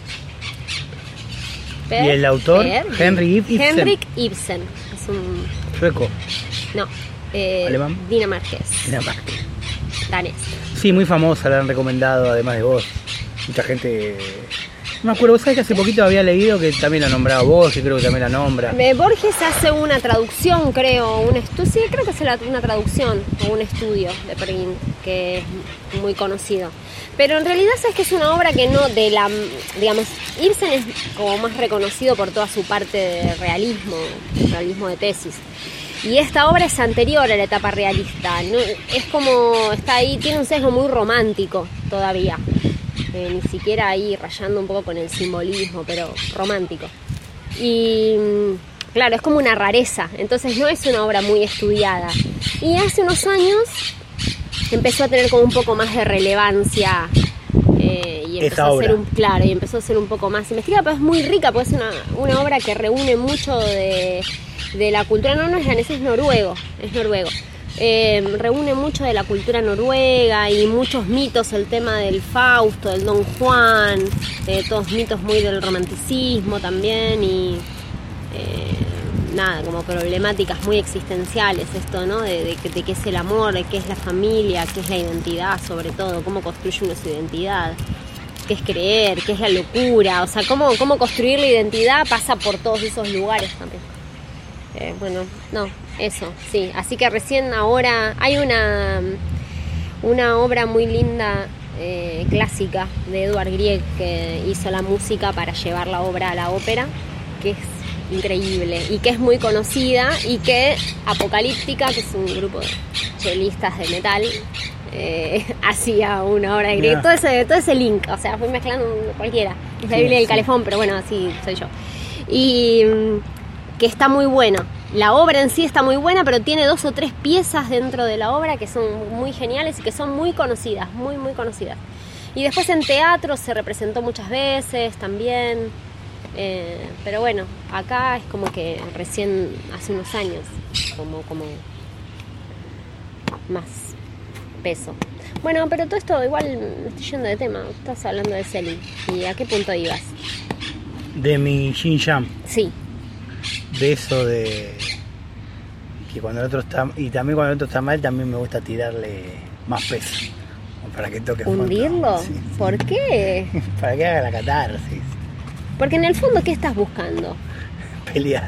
¿Y el autor? Per Henry Gynt. Ibsen. Henrik Ibsen. Es un... Sueco. No. Eh, ¿Alemán? Dinamarqués. Dinamarca. Danés. Sí, muy famosa, la han recomendado, además de vos. Mucha gente... No me acuerdo, vos sabés que hace poquito había leído que también la nombraba vos, que creo que también la nombra. Eh, Borges hace una traducción, creo, un estu- sí, creo que es la- una traducción o un estudio de Per Gynt, que es muy conocido. Pero en realidad sabes que es una obra que no de la, digamos, Ibsen es como más reconocido por toda su parte de realismo, realismo de tesis. Y esta obra es anterior a la etapa realista, ¿no? Es como, está ahí, tiene un sesgo muy romántico todavía. Eh, ni siquiera ahí rayando un poco con el simbolismo, pero romántico. Y mm, claro, es como una rareza, entonces no es una obra muy estudiada. Y hace unos años empezó a tener como un poco más de relevancia eh, y empezó Esa a ser obra. un, claro, y empezó a ser un poco más investigada, pero es muy rica, porque es una, una obra que reúne mucho de, de la cultura, no, no es danés, es noruego, es noruego. Eh, reúne mucho de la cultura noruega y muchos mitos, el tema del Fausto, del Don Juan, eh, todos mitos muy del romanticismo también y eh, nada, como problemáticas muy existenciales esto, ¿no? De, de, de qué es el amor, de qué es la familia, qué es la identidad sobre todo, cómo construye uno su identidad, qué es creer, qué es la locura, o sea, cómo, cómo construir la identidad pasa por todos esos lugares también. Eh, bueno, no, eso, sí. Así que recién ahora hay una, una obra muy linda, eh, clásica, de Edvard Grieg, que hizo la música para llevar la obra a la ópera, que es increíble y que es muy conocida, y que Apocalíptica, que es un grupo de chelistas de metal, eh, hacía una obra de Grieg. Yeah. Todo ese, todo ese link, o sea, fui mezclando cualquiera. Es la Sí, Biblia del sí. Calefón, pero bueno, así soy yo. Y... que está muy bueno. La obra en sí está muy buena, pero tiene dos o tres piezas dentro de la obra que son muy geniales y que son muy conocidas, muy, muy conocidas. Y después en teatro se representó muchas veces también. Eh, pero bueno, acá es como que recién hace unos años, como, como más peso. Bueno, pero todo esto igual me estoy yendo de tema. Estás hablando de Selig. ¿Y a qué punto ibas? De mi Jin Jam. Sí. De eso de que cuando el otro está, y también cuando el otro está mal, también me gusta tirarle más peso como para que toque fondo. ¿Hundirlo? Sí, sí. ¿Por qué? Para que haga la catarsis, Porque en el fondo, ¿qué estás buscando? pelear.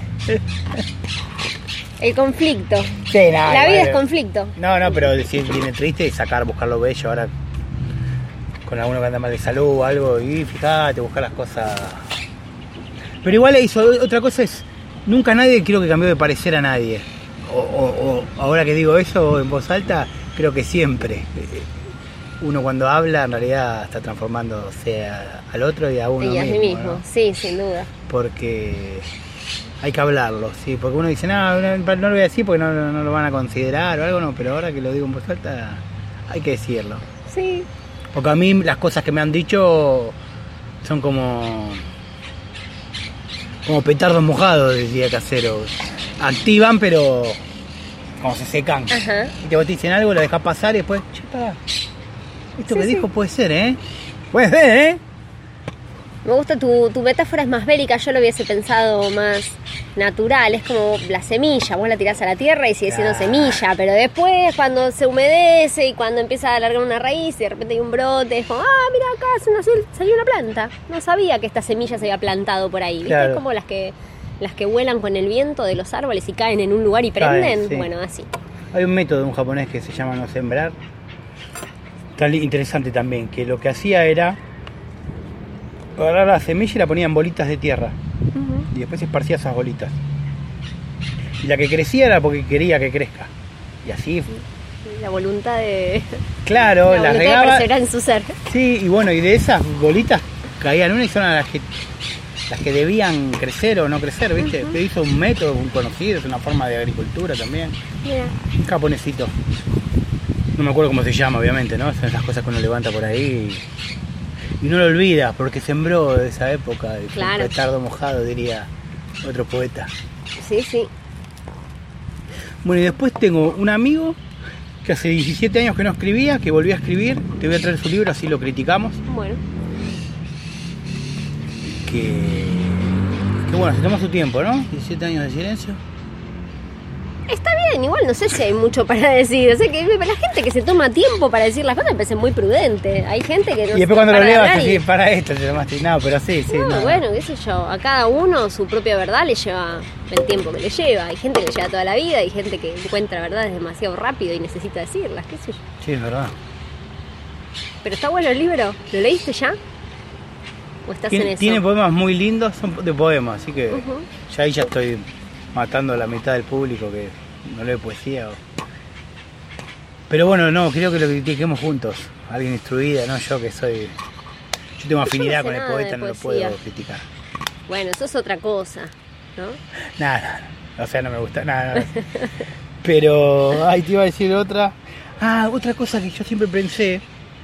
El conflicto. Sí, no, La igual- vida es conflicto. No, no, pero decir viene triste y sacar, buscar lo bello ahora con alguno que anda mal de salud o algo, y fíjate, buscar las cosas. Pero igual eso, otra cosa es, nunca nadie creo que cambió de parecer a nadie. O, o- o ahora que digo eso en voz alta, creo que siempre. Eh, Uno cuando habla en realidad está transformándose a- al otro y a uno Y a mismo. mí mismo, ¿no? sí, sin duda. Porque hay que hablarlo, sí, porque uno dice, no, no, no lo voy a decir porque no, no, no lo van a considerar o algo, no, pero ahora que lo digo en voz alta, hay que decirlo. Sí. Porque a mí las cosas que me han dicho son como como petardos mojados, decía Casero. Activan, pero cuando se secan. Ajá. Y te, vos te dicen algo, lo dejás pasar y después, che, pará. Esto Sí, que sí. dijo puede ser, ¿eh? Puede ser, ¿eh? Me gusta tu, tu metáfora, es más bélica, yo lo hubiese pensado más natural, es como la semilla, vos la tirás a la tierra y sigue siendo Claro. semilla, pero después cuando se humedece y cuando empieza a alargar una raíz y de repente hay un brote, es como, ah, mira acá es una, salió una planta, no sabía que esta semilla se había plantado por ahí, ¿viste? Claro. Es como las que, las que vuelan con el viento de los árboles y caen en un lugar y Caen, prenden, sí. bueno, así. Hay un método de un japonés que se llama no sembrar. Está li- interesante también, que lo que hacía era agarrar la semilla y la ponía en bolitas de tierra. Ujú. Y después esparcía esas bolitas. Y la que crecía era porque quería que crezca. Y así, La voluntad de, claro, la las voluntad de regaba. perseverar en su ser. Sí, y bueno, y de esas bolitas caían una y son las que las que debían crecer o no crecer, ¿viste? Uh-huh. Hizo un método, un conocido, es una forma de agricultura también. Mira. Un japonesito. No me acuerdo cómo se llama, obviamente, ¿no? Son esas cosas que uno levanta por ahí y, y no lo olvida, porque sembró de esa época, de claro. petardo mojado, diría otro poeta. Sí, sí. Bueno, y después tengo un amigo que hace diecisiete años que no escribía, que volvió a escribir. Te voy a traer su libro, así lo criticamos. Bueno. Que, que bueno, se tomó su tiempo, ¿no? diecisiete años de silencio. Está bien, igual no sé si hay mucho para decir. O sea, que la gente que se toma tiempo para decir las cosas me parece muy prudente. Hay gente que no Y después cuando lo para de leo, hablar así, y- para esto, te tomaste. No, pero sí, sí. No, no. bueno, qué sé yo. A cada uno su propia verdad le lleva el tiempo que le lleva. Hay gente que le lleva toda la vida, hay gente que encuentra verdades demasiado rápido y necesita decirlas, qué sé yo. Sí, es verdad. Pero está bueno el libro. ¿Lo leíste ya? ¿O estás en Tiene, eso? tiene poemas muy lindos, son de poemas, así que Ujú. ya ahí ya estoy matando a la mitad del público que no lee poesía. o- Pero bueno, no, creo que lo critiquemos juntos. Alguien instruida, no yo que soy... Yo tengo no afinidad sé con el nada poeta, de no lo poesía. puedo criticar. Bueno, eso es otra cosa, ¿no? Nada, nada, o sea, no me gusta, nada, nada. Pero, ay, te iba a decir otra. Ah, otra cosa que yo siempre pensé,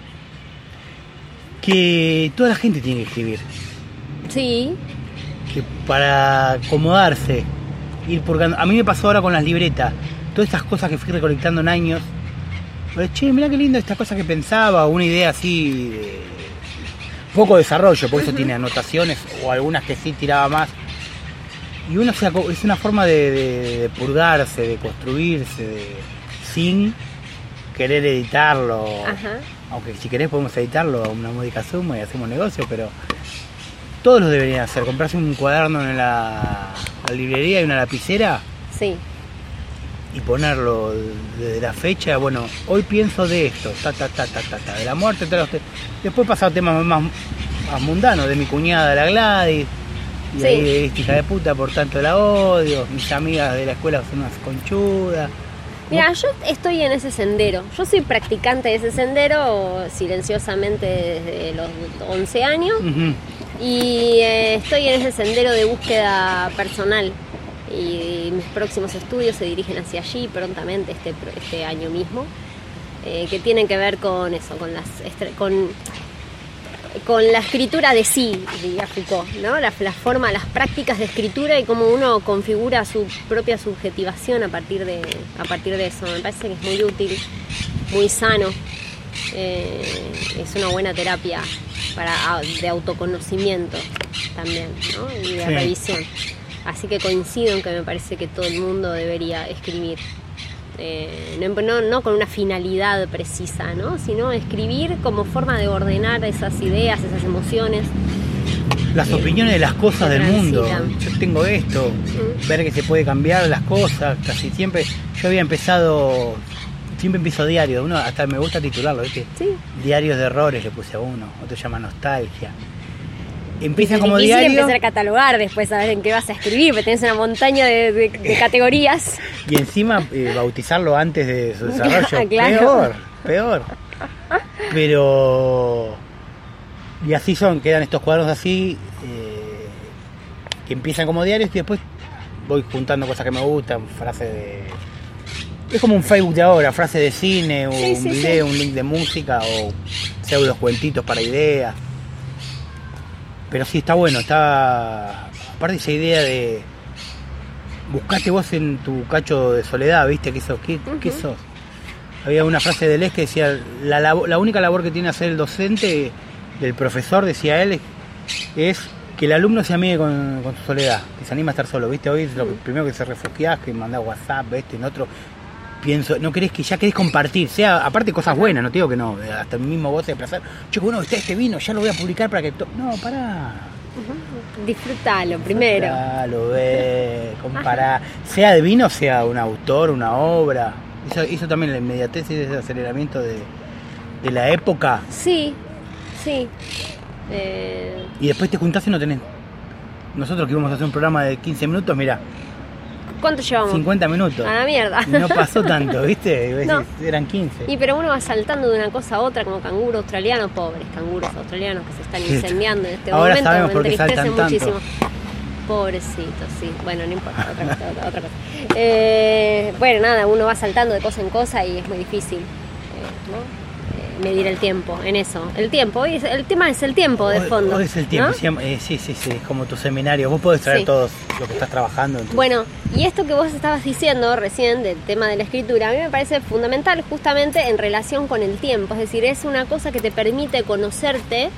que toda la gente tiene que escribir. Sí. Que para acomodarse, ir purgando. A mí me pasó ahora con las libretas, todas estas cosas que fui recolectando en años. Pero, che, mirá qué lindo esta cosa que pensaba, una idea así de poco desarrollo, por eso tiene anotaciones o algunas que sí tiraba más. Y uno se aco- es una forma de, de- de purgarse, de construirse, de- sin querer editarlo. Ajá. Aunque si querés podemos editarlo a una módica suma y hacemos negocio, pero todos lo deberían hacer. Comprarse un cuaderno en la, la librería y una lapicera Sí. y ponerlo desde la fecha. Bueno, hoy pienso de esto, ta, ta, ta, ta, ta, ta, de la muerte, ta, ta. Después pasar temas más, más mundanos, de mi cuñada, la Gladys. Y Sí. ahí de esta hija de puta, por tanto la odio. Mis amigas de la escuela son unas conchudas. Mira, yo estoy en ese sendero. Yo soy practicante de ese sendero silenciosamente desde los once años. Ujú. Y eh, estoy en ese sendero de búsqueda personal. Y mis próximos estudios se dirigen hacia allí prontamente, este, pro- este año mismo. eh, que tienen que ver con eso, con las estre- con, con la escritura de sí, diría Foucault, ¿no? La, la forma, las prácticas de escritura y cómo uno configura su propia subjetivación a partir de, a partir de eso. Me parece que es muy útil, muy sano. Eh, es una buena terapia para, de autoconocimiento también, ¿no? Y de Sí. revisión. Así que coincido en que me parece que todo el mundo debería escribir. Eh, no, no, no con una finalidad precisa, ¿no? Sino escribir como forma de ordenar esas ideas, esas emociones. Las Eh, opiniones de las cosas que del mundo. transitan. Yo tengo esto, Mm. ver que se puede cambiar las cosas, casi siempre. Yo había empezado, siempre empiezo diario, uno hasta me gusta titularlo, ¿viste? Sí. Diarios de errores le puse a uno, otro se llama nostalgia. Empiezan Es como difícil diario empezar a catalogar después, saber en qué vas a escribir, porque tenés una montaña de, de- de categorías. y encima eh, bautizarlo antes de su desarrollo. Claro. Peor, peor. Pero... Y así son, quedan estos cuadros así, eh, que empiezan como diarios y después voy juntando cosas que me gustan, frases de... Es como un Facebook de ahora, frases de cine, o Sí, un sí, video, sí. un link de música, o pseudos cuentitos para ideas. Pero sí, está bueno, está... Aparte esa idea de... buscate vos en tu cacho de soledad, ¿viste? ¿Qué sos? ¿Qué, uh-huh. ¿qué sos? Había una frase de Deleuze que decía, la, labo, la única labor que tiene que hacer el docente, del profesor, decía él, es que el alumno se amigue con, con su soledad, que se anima a estar solo, ¿viste? Hoy es lo primero que se refugiás, que mandás WhatsApp, este, en otro, pienso, no querés que ya querés compartir, sea, aparte cosas buenas, no te digo que no, hasta el mismo goce de placer, che, bueno, está este vino, ya lo voy a publicar para que... To-. No, pará. Uh-huh. Disfrutalo primero. Disfrutalo, ve, compará, sea de vino, sea un autor, una obra. Eso, eso también, la inmediatez y ese aceleramiento de, de la época. Sí, sí. Eh... Y después te juntás y no tenés. Nosotros que íbamos a hacer un programa de quince minutos, mirá. ¿Cuánto llevamos? cincuenta minutos. A la mierda. Y no pasó tanto, ¿viste? No. Eran quince. Y pero uno va saltando de una cosa a otra como canguro australiano, pobres canguros australianos que se están incendiando en este Ahora momento. Sabemos me por qué entristece saltan muchísimo. Tanto. Pobrecitos, sí. Bueno, no importa, otra cosa, otra, otra cosa. Eh, bueno, nada, uno va saltando de cosa en cosa y es muy difícil, eh, ¿no? Eh, medir el tiempo en eso. El tiempo, hoy es, el tema es el tiempo de fondo. Hoy es el tiempo, ¿no? sí, eh, sí, sí, sí, es como tu seminario. Vos podés traer sí. todos lo que estás trabajando. Entonces. Bueno, y esto que vos estabas diciendo recién del tema de la escritura, a mí me parece fundamental justamente en relación con el tiempo. Es decir, es una cosa que te permite conocerte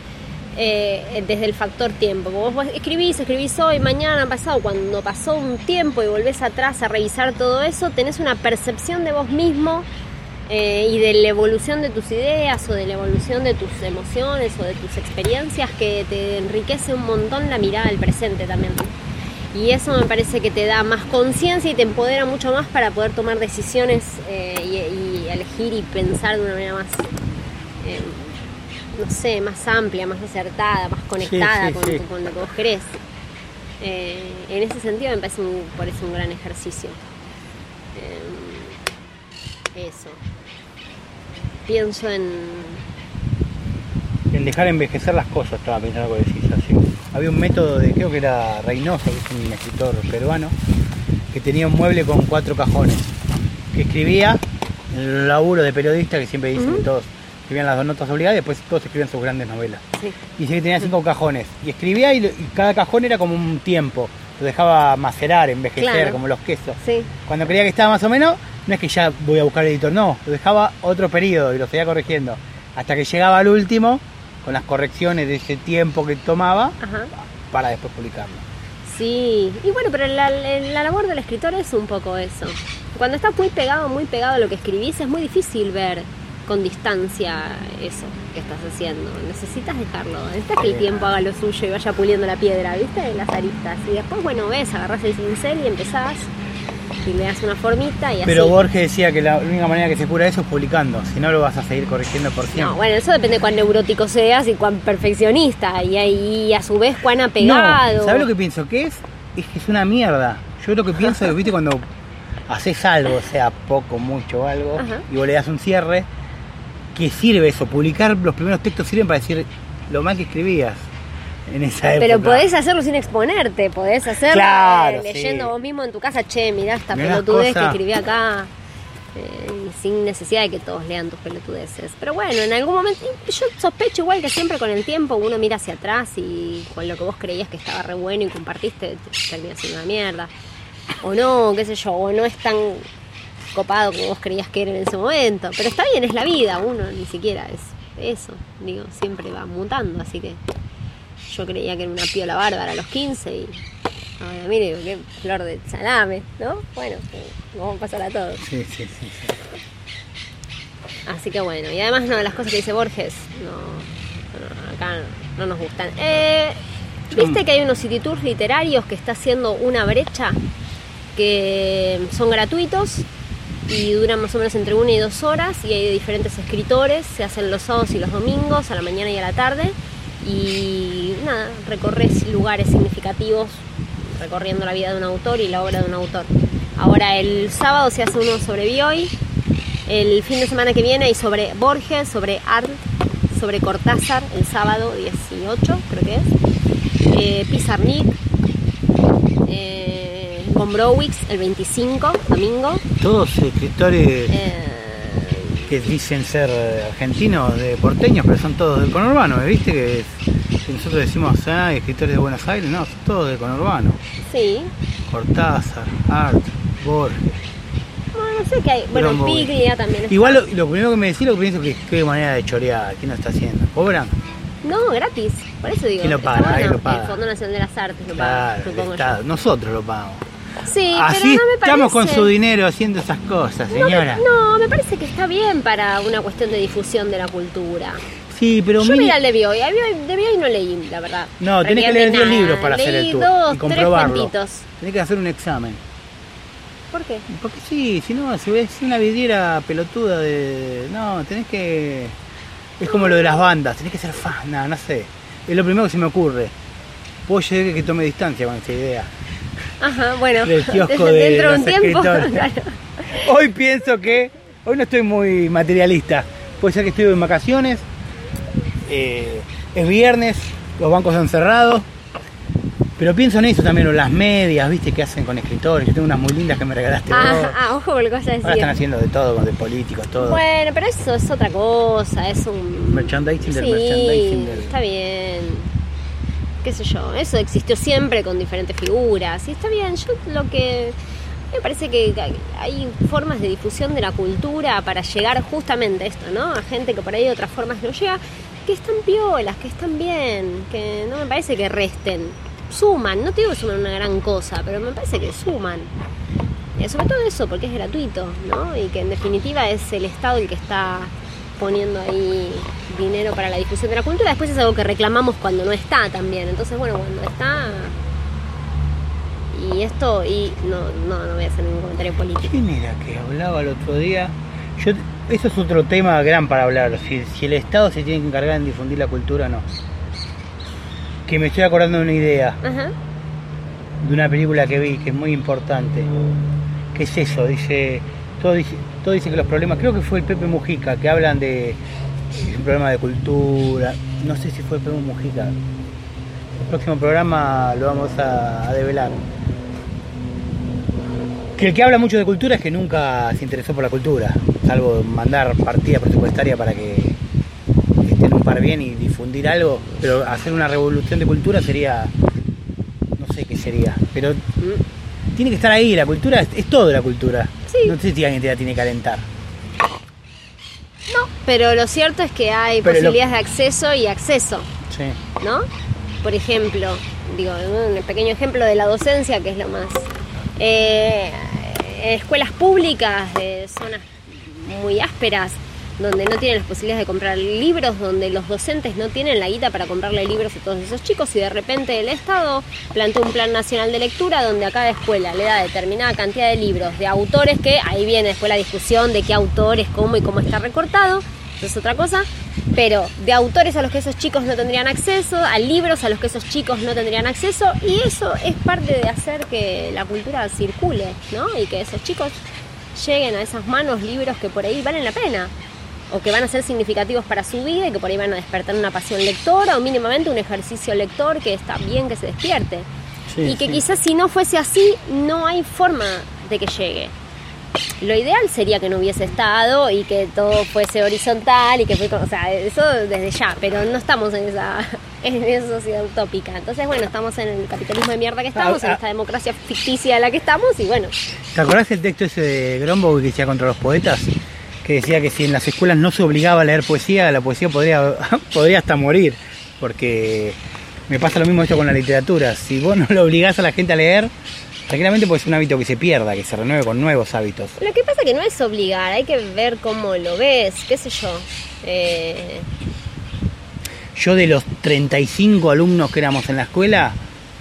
Eh, desde el factor tiempo. Como vos escribís, escribís hoy, mañana, pasado, cuando pasó un tiempo y volvés atrás a revisar todo eso, tenés una percepción de vos mismo eh, y de la evolución de tus ideas o de la evolución de tus emociones o de tus experiencias que te enriquece un montón la mirada al presente también. Y eso me parece que te da más conciencia y te empodera mucho más para poder tomar decisiones eh, y, y elegir y pensar de una manera más eh, no sé, más amplia, más acertada, más conectada sí, sí, con, sí. Tu, con lo que vos querés. Eh, en ese sentido me parece un, parece un gran ejercicio. Eh, eso. Pienso en... En dejar envejecer las cosas, estaba pensando algo que decís así. Había un método de, creo que era Reynoso, que es un escritor peruano, que tenía un mueble con cuatro cajones, que escribía el laburo de periodista que siempre dicen uh-huh. todos. Escribían las dos notas obligadas y después todos escribían sus grandes novelas. Sí. Y dice que tenía cinco cajones. Y escribía y, y cada cajón era como un tiempo. Lo dejaba macerar, envejecer, claro. como los quesos. Sí. Cuando creía que estaba más o menos, no es que ya voy a buscar el editor, no. Lo dejaba otro periodo y lo seguía corrigiendo. Hasta que llegaba al último, con las correcciones de ese tiempo que tomaba, Ajá. para después publicarlo. Sí, y bueno, pero la, la labor del escritor es un poco eso. Cuando estás muy pegado, muy pegado a lo que escribís, es muy difícil ver con distancia eso que estás haciendo. Necesitas dejarlo, necesitas que el tiempo haga lo suyo y vaya puliendo la piedra, ¿viste? Las aristas. Y después, bueno, ves, agarrás el cincel y empezás y le das una formita y así. Pero Borges decía que la única manera que se cura eso es publicando, si no lo vas a seguir corrigiendo por siempre. No, bueno, eso depende de cuán neurótico seas y cuán perfeccionista y, y a su vez cuán apegado. No, ¿sabes lo que pienso? ¿Qué es? Es que es una mierda. Yo lo que pienso es, ¿viste? Cuando haces algo, sea poco, mucho, algo, Ajá. y vos le das un cierre, ¿qué sirve eso? Publicar los primeros textos sirven para decir lo mal que escribías en esa época. Pero podés hacerlo sin exponerte, podés hacerlo claro, eh, leyendo sí. vos mismo en tu casa, che, mirá esta mirá pelotudez que escribí acá, eh, sin necesidad de que todos lean tus pelotudeces. Pero bueno, en algún momento, yo sospecho igual que siempre con el tiempo uno mira hacia atrás y con lo que vos creías que estaba re bueno y compartiste, termina siendo una mierda. O no, qué sé yo, o no es tan copado como vos creías que era en ese momento, pero está bien, es la vida, uno ni siquiera es eso, digo, siempre va mutando, así que yo creía que era una piola bárbara a los quince y ahora mire, digo, qué flor de salame, ¿no? Bueno, vamos a pasar a todos. Sí, sí, sí, sí. Así que bueno, y además no, las cosas que dice Borges, no, no acá no, no nos gustan. Eh, ¿Viste que hay unos city tours literarios que está haciendo Una Brecha? Que son gratuitos y duran más o menos entre una y dos horas y hay de diferentes escritores, se hacen los sábados y los domingos a la mañana y a la tarde y nada, recorres lugares significativos recorriendo la vida de un autor y la obra de un autor. Ahora el sábado se hace uno sobre Bioy, el fin de semana que viene hay sobre Borges, sobre Arlt, sobre Cortázar el sábado dieciocho creo que es, eh, Pizarnik, eh, Gombrowicz el veinticinco, domingo. Todos escritores eh... que dicen ser argentinos, de porteños, pero son todos del conurbano, ¿viste? Que, que nosotros decimos, ah, escritores de Buenos Aires, no, son todos del conurbano. Sí. Cortázar, Art, Borges. Bueno, no sé qué hay. Bueno, Brombo. Piglia también está. Igual lo, lo primero que me decís, lo que pienso es que qué manera de chorear, ¿quién lo está haciendo? ¿Cobran? No, gratis. Por eso digo. ¿Quién lo está paga? bueno. Ahí lo paga. El Fondo Nacional de las Artes lo paga, Claro, el supongo Estado. yo. Nosotros lo pagamos. Sí, Así pero no me parece... estamos con su dinero haciendo esas cosas, No me- señora. No, me parece que está bien para una cuestión de difusión de la cultura. Sí, pero Yo mire- miré el de Bioy, el de Bioy- de Bioy no leí, la verdad. No, tenés que Prácticamente leer diez nada. libros para hacer Leí el tour dos, y tres comprobarlo. cuentitos. Tenés que hacer un examen. ¿Por qué? Porque sí, si no, si ves una vidriera pelotuda de... No, tenés que... Es como lo de las bandas, tenés que ser fan, no, no sé. Es lo primero que se me ocurre. Puedo llegar que tome distancia con esa idea. Ajá, bueno, Del kiosco de- de dentro de un los tiempo. escritores. Claro. Hoy pienso que... Hoy no estoy muy materialista. Puede ser que estoy en vacaciones. eh, es viernes, los bancos han cerrado. Pero pienso en eso también, o las medias, ¿viste? Que hacen con escritores. Yo tengo unas muy lindas que me regalaste vos. Ah, ah, ojo con lo que vas a Ahora están decir. haciendo de todo, con de políticos, todo. Bueno, pero eso es otra cosa, es un... Merchandising del Sí, merchandising del... está bien. Qué sé yo, eso existió siempre con diferentes figuras. Y está bien, yo lo que... Me parece que hay formas de difusión de la cultura para llegar justamente a esto, ¿no? A gente que por ahí de otras formas no llega, que están piolas, que están bien, que no me parece que resten. Suman, no te digo que suman una gran cosa, pero me parece que suman. Eh, sobre todo eso, porque es gratuito, ¿no? Y que en definitiva es el Estado el que está poniendo ahí dinero para la difusión de la cultura. Después es algo que reclamamos cuando no está también. Entonces, bueno, cuando está... Y esto, y no, no, no voy a hacer ningún comentario político. ¿Quién era que hablaba el otro día? Yo, eso es otro tema gran para hablar. Si, si el Estado se tiene que encargar en difundir la cultura o no. Que me estoy acordando de una idea, Ajá. de una película que vi, que es muy importante. ¿Qué es eso? Dice, todo dice, todo dice que los problemas, creo que fue el Pepe Mujica, que hablan de es un problema de cultura. No sé si fue el Pepe Mujica. El próximo programa lo vamos a, a develar. Que el que habla mucho de cultura es que nunca se interesó por la cultura, salvo mandar partida presupuestaria para que estén un par bien y difundir algo, pero hacer una revolución de cultura sería, no sé qué sería, pero Mm. tiene que estar ahí, la cultura es, es todo la cultura. Sí. No sé si alguien te la tiene que alentar. No, pero lo cierto es que hay Pero lo- posibilidades de acceso y acceso, Sí. ¿no? Por ejemplo, digo, un pequeño ejemplo de la docencia, que es lo más... Eh, escuelas públicas de zonas muy ásperas, donde no tienen las posibilidades de comprar libros, donde los docentes no tienen la guita para comprarle libros a todos esos chicos, y de repente el Estado plantea un plan nacional de lectura donde a cada escuela le da determinada cantidad de libros de autores, que ahí viene después la discusión de qué autores, cómo y cómo está recortado, eso es otra cosa, pero de autores a los que esos chicos no tendrían acceso, a libros a los que esos chicos no tendrían acceso, y eso es parte de hacer que la cultura circule, ¿no? Y que esos chicos lleguen a esas manos libros que por ahí valen la pena, o que van a ser significativos para su vida y que por ahí van a despertar una pasión lectora o mínimamente un ejercicio lector que está bien que se despierte. Sí, y que sí. quizás si no fuese así, no hay forma de que llegue. Lo ideal sería que no hubiese estado y que todo fuese horizontal y que fue, o sea, eso desde ya, pero no estamos en esa, en esa sociedad utópica. Entonces, bueno, estamos en el capitalismo de mierda que estamos, Ah, ah. en esta democracia ficticia en la que estamos y bueno. ¿Te acordás el texto ese de Grombo que decía contra los poetas? Que decía que si en las escuelas no se obligaba a leer poesía, la poesía podría, podría hasta morir. Porque me pasa lo mismo esto con la literatura. Si vos no le obligás a la gente a leer, tranquilamente puede ser un hábito que se pierda, que se renueve con nuevos hábitos. Lo que pasa que no es obligar, hay que ver cómo lo ves, qué sé yo. Eh, Yo de los treinta y cinco alumnos que éramos en la escuela,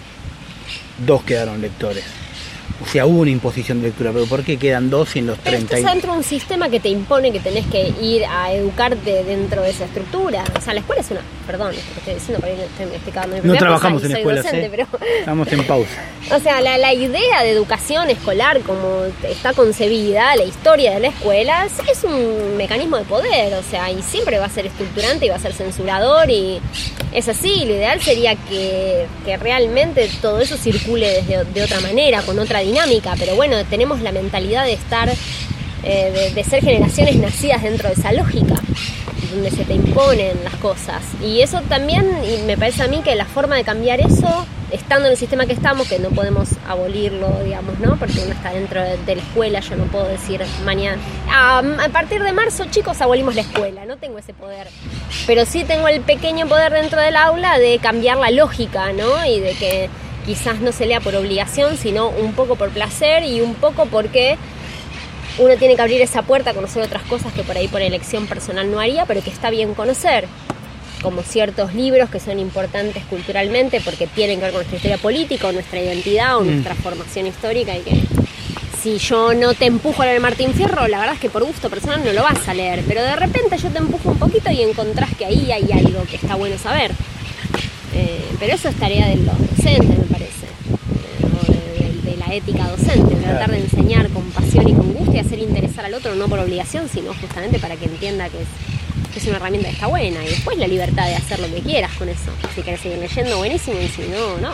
dos quedaron lectores. O sea, hubo una imposición de lectura, pero ¿por qué quedan dos y en los pero treinta? estás Y... dentro de un sistema que te impone que tenés que ir a educarte dentro de esa estructura. O sea, la escuela es una... Perdón, esto que estoy diciendo, por ahí estoy, me estoy cagando de No primera trabajamos cosa y en soy escuelas, docente, ¿eh? pero... Estamos en pausa. O sea, la, la idea de educación escolar como está concebida, la historia de la escuela, es, es un mecanismo de poder, o sea, y siempre va a ser estructurante y va a ser censurador y es así. Lo ideal sería que, que realmente todo eso circule desde, de otra manera, con otra dinámica, pero bueno, tenemos la mentalidad de estar, eh, de, de ser generaciones nacidas dentro de esa lógica, donde se te imponen las cosas. Y eso también, y me parece a mí que la forma de cambiar eso, estando en el sistema que estamos, que no podemos abolirlo, digamos, ¿no? Porque uno está dentro de, de la escuela, yo no puedo decir mañana, ah, a partir de marzo, chicos, abolimos la escuela, no tengo ese poder. Pero sí tengo el pequeño poder dentro del aula de cambiar la lógica, ¿no? Y de que quizás no se lea por obligación, sino un poco por placer y un poco porque uno tiene que abrir esa puerta a conocer otras cosas que por ahí por elección personal no haría, pero que está bien conocer, como ciertos libros que son importantes culturalmente porque tienen que ver con nuestra historia política o nuestra identidad o mm. nuestra formación histórica, y que si yo no te empujo a leer Martín Fierro, la verdad es que por gusto personal no lo vas a leer, pero de repente yo te empujo un poquito y encontrás que ahí hay algo que está bueno saber. Eh, pero eso es tarea de los docentes, me parece, eh, o de, de, de la ética docente, de tratar de enseñar con pasión y con gusto y hacer interesar al otro, no por obligación, sino justamente para que entienda que es, que es una herramienta que está buena, y después la libertad de hacer lo que quieras con eso. Si querés seguir leyendo, buenísimo, y si no, no.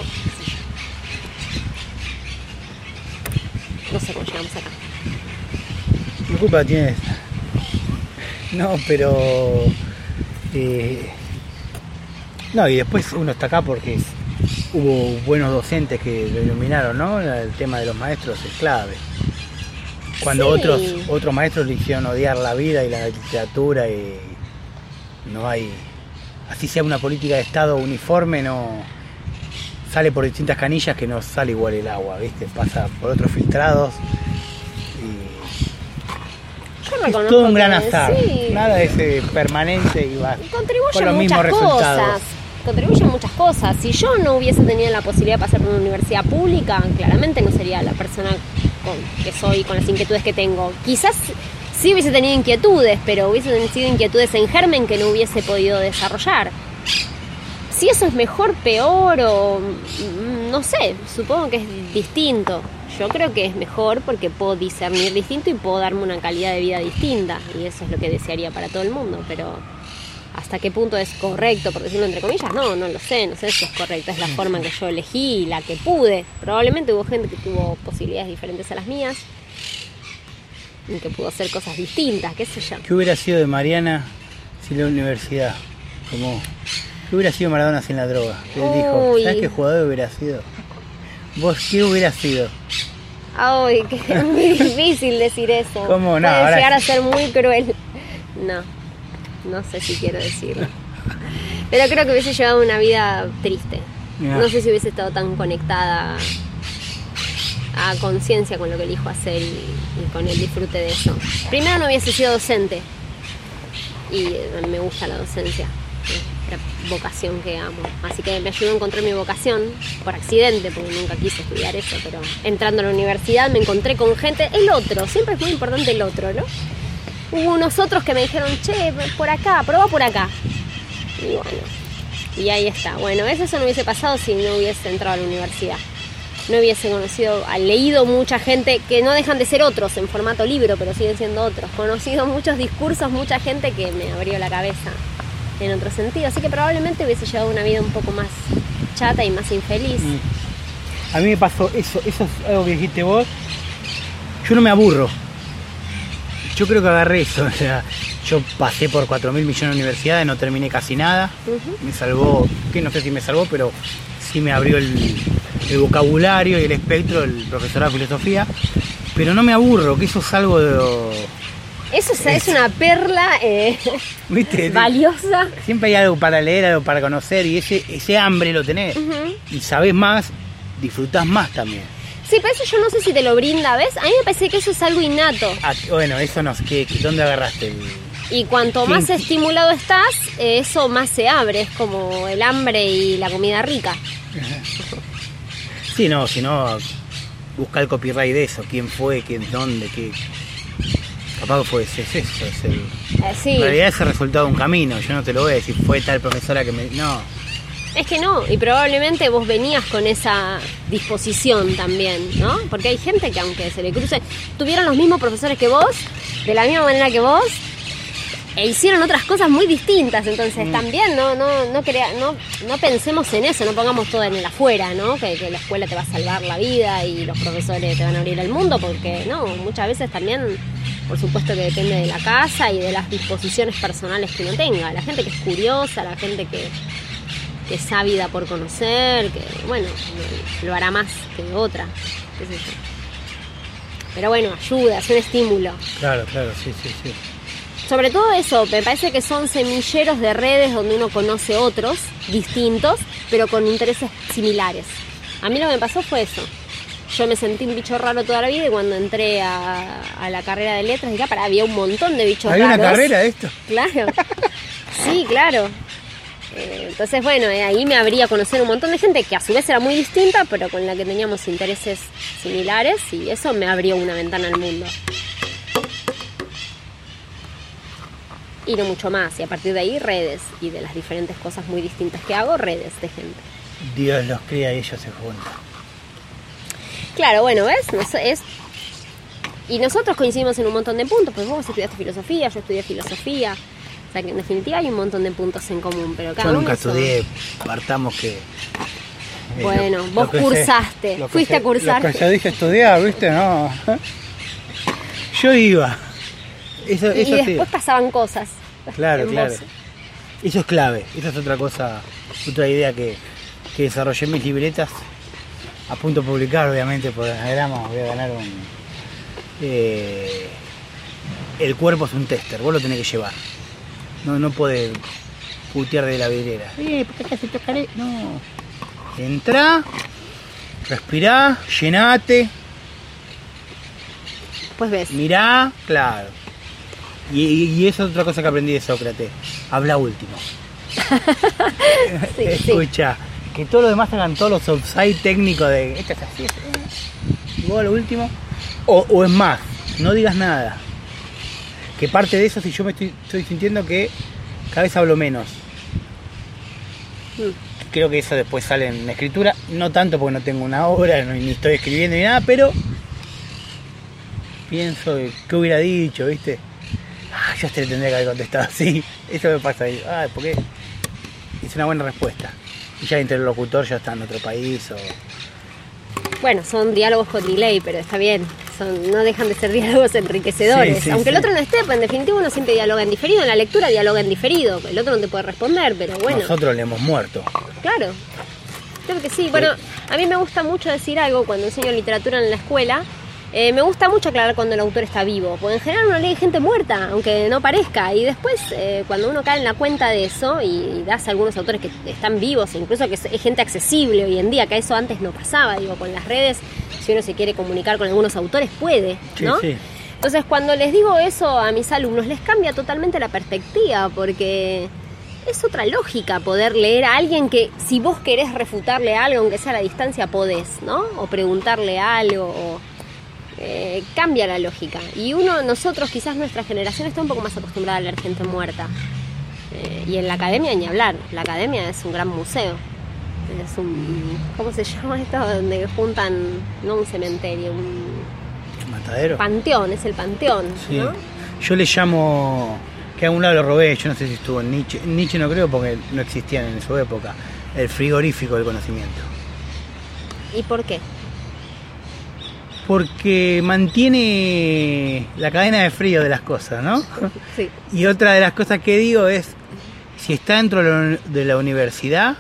No sé cómo llegamos acá. ¿Qué culpa tienes? No, pero... Eh... No, y después uno está acá porque hubo buenos docentes que lo iluminaron, ¿no? El tema de los maestros es clave. Cuando sí. otros otros maestros le hicieron odiar la vida y la literatura, y no hay... Así sea una política de Estado uniforme, no... Sale por distintas canillas que no sale igual el agua, ¿viste? Pasa por otros filtrados y... Es todo un gran azar. Sí. Nada es eh, permanente y va con los mismos resultados. Cosas. Contribuyen muchas cosas. Si yo no hubiese tenido la posibilidad de pasar por una universidad pública, claramente no sería la persona con, que soy, con las inquietudes que tengo. Quizás sí hubiese tenido inquietudes, pero hubiesen sido inquietudes en germen que no hubiese podido desarrollar. Si eso es mejor, peor o... no sé, supongo que es distinto. Yo creo que es mejor porque puedo discernir distinto y puedo darme una calidad de vida distinta. Y eso es lo que desearía para todo el mundo, pero... ¿hasta qué punto es correcto, por decirlo entre comillas? No, no lo sé, no sé si es correcto. Es la forma que yo elegí y la que pude. Probablemente hubo gente que tuvo posibilidades diferentes a las mías y que pudo hacer cosas distintas, qué sé yo. ¿Qué hubiera sido de Mariana sin la universidad? Como, ¿qué hubiera sido Maradona sin la droga? Él Uy. dijo, ¿sabes qué jugador hubiera sido? ¿Vos qué hubiera sido? Ay, que es muy difícil decir eso. ¿Cómo no? Puede Ahora... llegar a ser muy cruel. No. No sé si quiero decirlo. Pero creo que hubiese llevado una vida triste. Yeah. No sé si hubiese estado tan conectada a conciencia con lo que elijo hacer y, y con el disfrute de eso. Primero no hubiese sido docente. Y a mí me gusta la docencia. Es la vocación que amo. Así que me ayudó a encontrar mi vocación por accidente, porque nunca quise estudiar eso. Pero entrando a la universidad me encontré con gente. El otro, siempre es muy importante el otro, ¿no? Hubo unos otros que me dijeron, che, por acá, prueba por acá. Y bueno, y ahí está. Bueno, a veces eso no hubiese pasado si no hubiese entrado a la universidad. No hubiese conocido, leído mucha gente que no dejan de ser otros en formato libro, pero siguen siendo otros. Conocido muchos discursos, mucha gente que me abrió la cabeza en otro sentido. Así que probablemente hubiese llevado una vida un poco más chata y más infeliz. A mí me pasó eso, eso es algo que dijiste vos. Yo no me aburro. Yo creo que agarré eso, o sea, yo pasé por cuatro mil millones de universidades, no terminé casi nada, uh-huh. Me salvó, que no sé si me salvó, pero sí me abrió el, el vocabulario y el espectro el profesorado de filosofía, pero no me aburro, que eso es algo de... Eso es, es una perla eh, valiosa. Siempre hay algo para leer, algo para conocer, y ese, ese hambre lo tenés, uh-huh. Y sabés más, disfrutás más también. Sí, pero eso yo no sé si te lo brinda, ¿ves? A mí me parece que eso es algo innato. Ah, bueno, eso no, ¿qué, ¿dónde agarraste? El... Y cuanto más estimulado estás, eso más se abre, es como el hambre y la comida rica. Sí, no, si no, busca el copyright de eso, quién fue, quién, dónde, qué... Capaz que fue es eso, es el... Eh, sí. En realidad es el resultado de un camino, yo no te lo voy a decir, fue tal profesora que me... No... Es que no, y probablemente vos venías con esa disposición también, ¿no? Porque hay gente que aunque se le cruce, tuvieron los mismos profesores que vos, de la misma manera que vos, e hicieron otras cosas muy distintas, entonces mm. también no no no, crea, no no pensemos en eso, no pongamos todo en el afuera, ¿no? Que, que la escuela te va a salvar la vida y los profesores te van a abrir el mundo, porque no, muchas veces también por supuesto que depende de la casa y de las disposiciones personales que uno tenga. La gente que es curiosa, la gente que, que es ávida por conocer, que bueno, lo hará más que otra, qué sé yo. Pero bueno, ayuda, es un estímulo. Claro, claro, sí, sí, sí. Sobre todo eso, me parece que son semilleros de redes donde uno conoce otros distintos, pero con intereses similares. A mí lo que me pasó fue eso. Yo me sentí un bicho raro toda la vida y cuando entré a, a la carrera de letras, dije, para, había un montón de bichos ¿Había raros. una carrera de esto? Claro, sí, claro. Eh, entonces, bueno, eh, ahí me abría a conocer un montón de gente que a su vez era muy distinta, pero con la que teníamos intereses similares y eso me abrió una ventana al mundo. Y no mucho más, y a partir de ahí redes, y de las diferentes cosas muy distintas que hago, redes de gente. Dios los cría y ellos se juntan. Claro, bueno, ¿ves? No sé, es... Y nosotros coincidimos en un montón de puntos, pues vos estudiaste filosofía, yo estudié filosofía, o sea que en definitiva hay un montón de puntos en común, pero cada Yo nunca uno son- estudié, partamos que... eh, Bueno, lo- vos lo que cursaste, sé- lo que fuiste sé- a cursar. Lo que yo dije estudiar, ¿viste? No. Yo iba. Eso, Y, eso y sí. después pasaban cosas. Claro, en claro. vos. Eso es clave. Esa es otra cosa, otra idea que, que desarrollé en mis libretas. A punto de publicar, obviamente, por anagrama voy a ganar un... Eh, el cuerpo es un tester, vos lo tenés que llevar. No, no podés putear de la vidriera. Eh, ¿por qué te hace tocar? No. Entrá, respirá, llenate, Pues ves. mirá, claro. Y, y, y esa es otra cosa que aprendí de Sócrates. Habla último. Sí, sí. Escucha, que todo lo demás hagan todos los offside técnicos de esto es así, esto es- y vos lo último. O, o es más, no digas nada. Que parte de eso si yo me estoy, estoy sintiendo que cada vez hablo menos. Mm. Creo que eso después sale en escritura, no tanto porque no tengo una obra, no- ni estoy escribiendo ni nada, pero pienso de qué hubiera dicho, ¿viste? Ah, yo te tendría que haber contestado así. Eso me pasa ahí. Ah, ¿por qué? Es una buena respuesta. Y ya el interlocutor ya está en otro país o... Bueno, son diálogos con delay, pero está bien. Son, no dejan de ser diálogos enriquecedores. Sí, sí, Aunque sí. el otro no esté, pues en definitiva uno siempre dialoga en diferido. En la lectura dialoga en diferido. El otro no te puede responder, pero bueno. Nosotros le hemos muerto. Claro, creo que sí. Bueno, a mí me gusta mucho decir algo cuando enseño literatura en la escuela. Eh, me gusta mucho aclarar cuando el autor está vivo, porque en general uno lee gente muerta, aunque no parezca. Y después, eh, cuando uno cae en la cuenta de eso y, y das a algunos autores que están vivos, incluso que es, es gente accesible hoy en día, que eso antes no pasaba, digo, con las redes, si uno se quiere comunicar con algunos autores, puede, ¿no? Sí, sí. Entonces, cuando les digo eso a mis alumnos, les cambia totalmente la perspectiva, porque es otra lógica poder leer a alguien que, si vos querés refutarle algo, aunque sea a la distancia, podés, ¿no? O preguntarle algo, o, eh, cambia la lógica. Y uno, nosotros, quizás nuestra generación está un poco más acostumbrada a leer gente muerta. Eh, y en la academia ni hablar. La academia es un gran museo. Es un... ¿Cómo se llama esto? Donde juntan, no un cementerio, un... Matadero. Panteón, es el panteón, Sí. ¿no? Yo le llamo, que a un lado lo robé, yo no sé si estuvo en Nietzsche, en Nietzsche no creo porque no existían en su época, el frigorífico del conocimiento. ¿Y por qué? Porque mantiene la cadena de frío de las cosas, ¿no? Sí. Y otra de las cosas que digo es, si está dentro de la- de la universidad,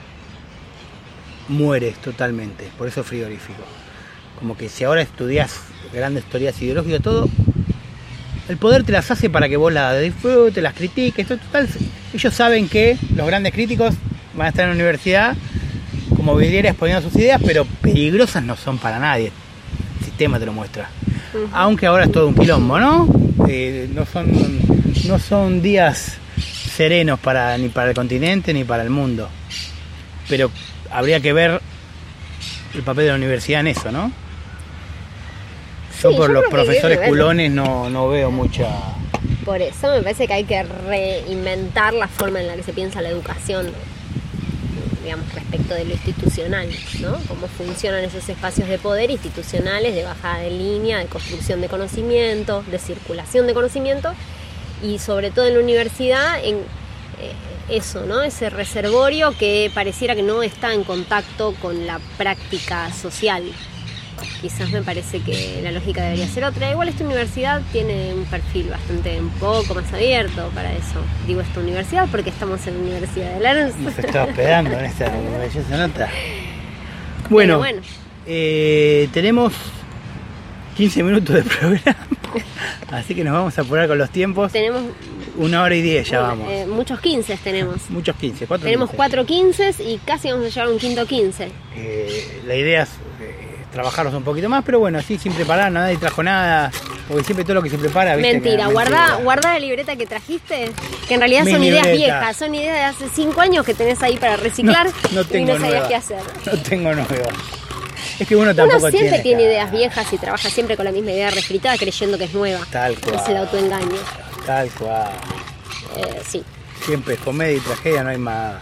mueres totalmente, por eso frigorífico. Como que si ahora estudias grandes teorías ideológicas, todo, el poder te las hace para que vos las disfrutes, las critiques, todo, total. Ellos saben que los grandes críticos van a estar en la universidad como vidrieras exponiendo sus ideas, pero peligrosas no son para nadie. El sistema te lo muestra. Uh-huh. Aunque ahora es todo un quilombo, ¿no? Eh, no son no son días serenos para ni para el continente ni para el mundo. Pero habría que ver el papel de la universidad en eso, ¿no? Yo Sí, por yo los creo que hay que profesores ver. culones no, no veo mucha... Por eso me parece que hay que reinventar la forma en la que se piensa la educación, digamos, respecto de lo institucional, ¿no? Cómo funcionan esos espacios de poder institucionales, de bajada de línea, de construcción de conocimiento, de circulación de conocimiento, y sobre todo en la universidad, en eh, eso, ¿no? Ese reservorio que pareciera que no está en contacto con la práctica social. quizás me parece que la lógica debería ser otra. Igual esta universidad tiene un perfil bastante un poco más abierto para eso. Digo esta universidad porque estamos en la Universidad de Lanús. Nos está hospedando en esta maravillosa nota. Bueno, bueno. Eh, tenemos quince minutos de programa, así que nos vamos a apurar con los tiempos. Tenemos una hora y diez ya un, vamos. Eh, muchos quince tenemos. Muchos quince, cuatro Tenemos quince. cuatro quince y casi vamos a llegar a un quinto quince. Eh, la idea es eh, trabajarlos un poquito más, pero bueno, así sin preparar, nada y trajo nada, porque siempre todo lo que se prepara, ¿viste? Mentira, Que- guardá, mentira. guardá la libreta que trajiste, que en realidad Mi son ideas libreta. viejas, son ideas de hace cinco años que tenés ahí para reciclar no, no y tengo no sabías nueva. qué hacer. No tengo nueva. Es que uno tampoco Uno siempre tiene, que- ideas viejas y trabaja siempre con la misma idea refritada creyendo que es nueva. Tal cual. Es el autoengaño. Tal cual. Eh, sí. Siempre es comedia y tragedia, no hay más.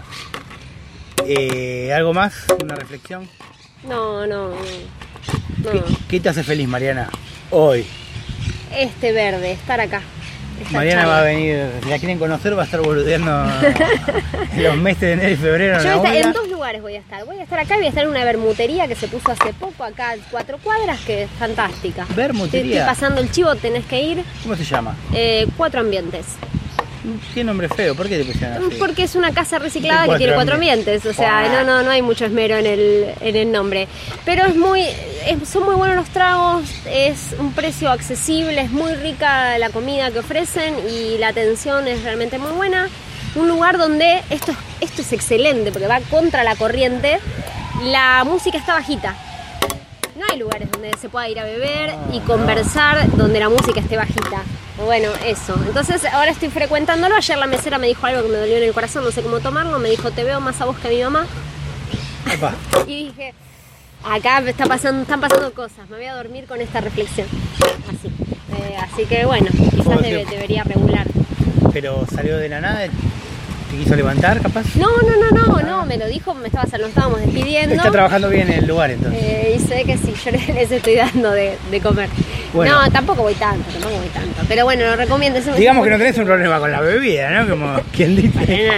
Eh, ¿Algo más? ¿Una reflexión? No, no, no. ¿Qué, no. qué te hace feliz, Mariana? Hoy. Este verde, estar acá. esta Mariana charla. va a venir, si la quieren conocer, va a estar boludeando en los meses de enero y febrero. Yo en la voy a estar- ola. en dos lugares voy a estar. Voy a estar acá y voy a estar en una bermutería que se puso hace poco acá a cuatro cuadras, que es fantástica. Bermutería. Te estoy pasando el chivo, tenés que ir. ¿Cómo se llama? Eh, cuatro ambientes. Qué nombre feo, ¿por qué te pusieron así? Porque es una casa reciclada De que cuatro tiene cuatro ambientes. ambientes, o sea, Ah. no, no, no hay mucho esmero en el, en el nombre. Pero es muy, es- son muy buenos los tragos, es un precio accesible, es muy rica la comida que ofrecen y la atención es realmente muy buena. Un lugar donde esto, es- esto es excelente porque va contra la corriente, la música está bajita. No hay lugares donde se pueda ir a beber y conversar donde la música esté bajita. Bueno, eso. Entonces ahora estoy frecuentándolo. Ayer la mesera me dijo algo que me dolió en el corazón, no sé cómo tomarlo. Me dijo, te veo más a vos que a mi mamá. Epa. Y dije, acá me está pasando, están pasando cosas. Me voy a dormir con esta reflexión. Así. Eh, así que bueno, quizás ¿Cómo debe- te- debería regular. Pero salió de la nada, te quiso levantar, capaz. No, no, no, no, no. Me lo dijo, me estaba, nos estábamos despidiendo. Está trabajando bien en el lugar entonces. Eh, y sé que sí, yo les estoy dando de, de comer. Bueno. No, tampoco voy tanto, tampoco voy tanto. Pero bueno, lo recomiendo. eso me- Digamos que no tenés un problema con la bebida, ¿no? Como quien dice.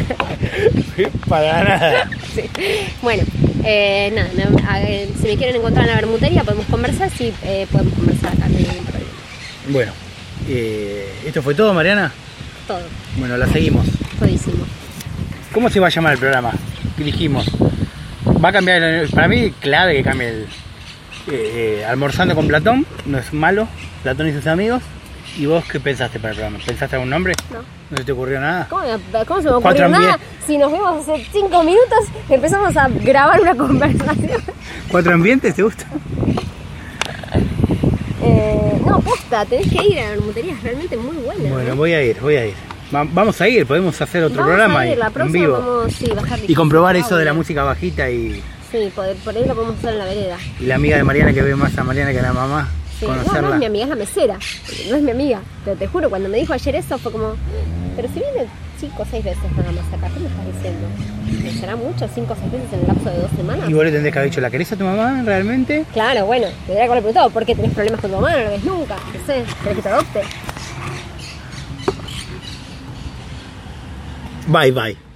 Para nada. Sí. Bueno, eh, nada, no, a- eh, si me quieren encontrar en la bermutería podemos conversar, sí, eh, podemos conversar acá, no hay ningún problema. Bueno, eh, ¿esto fue todo, Mariana? Todo, Bueno, la seguimos. todísimo. ¿Cómo se va a llamar el programa? ¿Qué dijimos? Va a cambiar, el- para mí, clave que cambie el eh, eh, Almorzando con Platón, no es malo, Platón y sus amigos. ¿Y vos qué pensaste para el programa? ¿Pensaste algún nombre? No. ¿No se te ocurrió nada? ¿Cómo, me- cómo se me Cuatro ocurrió nada? ambientes. Si nos vemos hace cinco minutos, empezamos a grabar una conversación. ¿Cuatro ambientes te gusta? Eh, no, posta, tenés que ir a la bermutería, es realmente muy buena. Bueno, ¿eh? voy a ir, voy a ir. Va- vamos a ir, podemos hacer otro Vamos programa a ir, ahí, la en próxima vivo. vamos, sí, bajar Y comprobar eso de la audio. música bajita y, Sí, por, por ahí lo podemos hacer en la vereda. y la amiga de Mariana que ve más a Mariana que a la mamá, Sí, no, conocerla. no es mi amiga, es la mesera. No es mi amiga. Pero te juro, cuando me dijo ayer eso fue como. Pero si viene cinco o seis veces nada más acá, ¿qué me estás diciendo? ¿Me será mucho? ¿Cinco o seis veces en el lapso de dos semanas? Y vos le tendés que haber dicho, ¿la querés a tu mamá realmente? Claro, bueno, te tendría que haber preguntado por qué tenés problemas con tu mamá, no lo ves nunca. No sé, ¿querés que te adopte? Bye bye.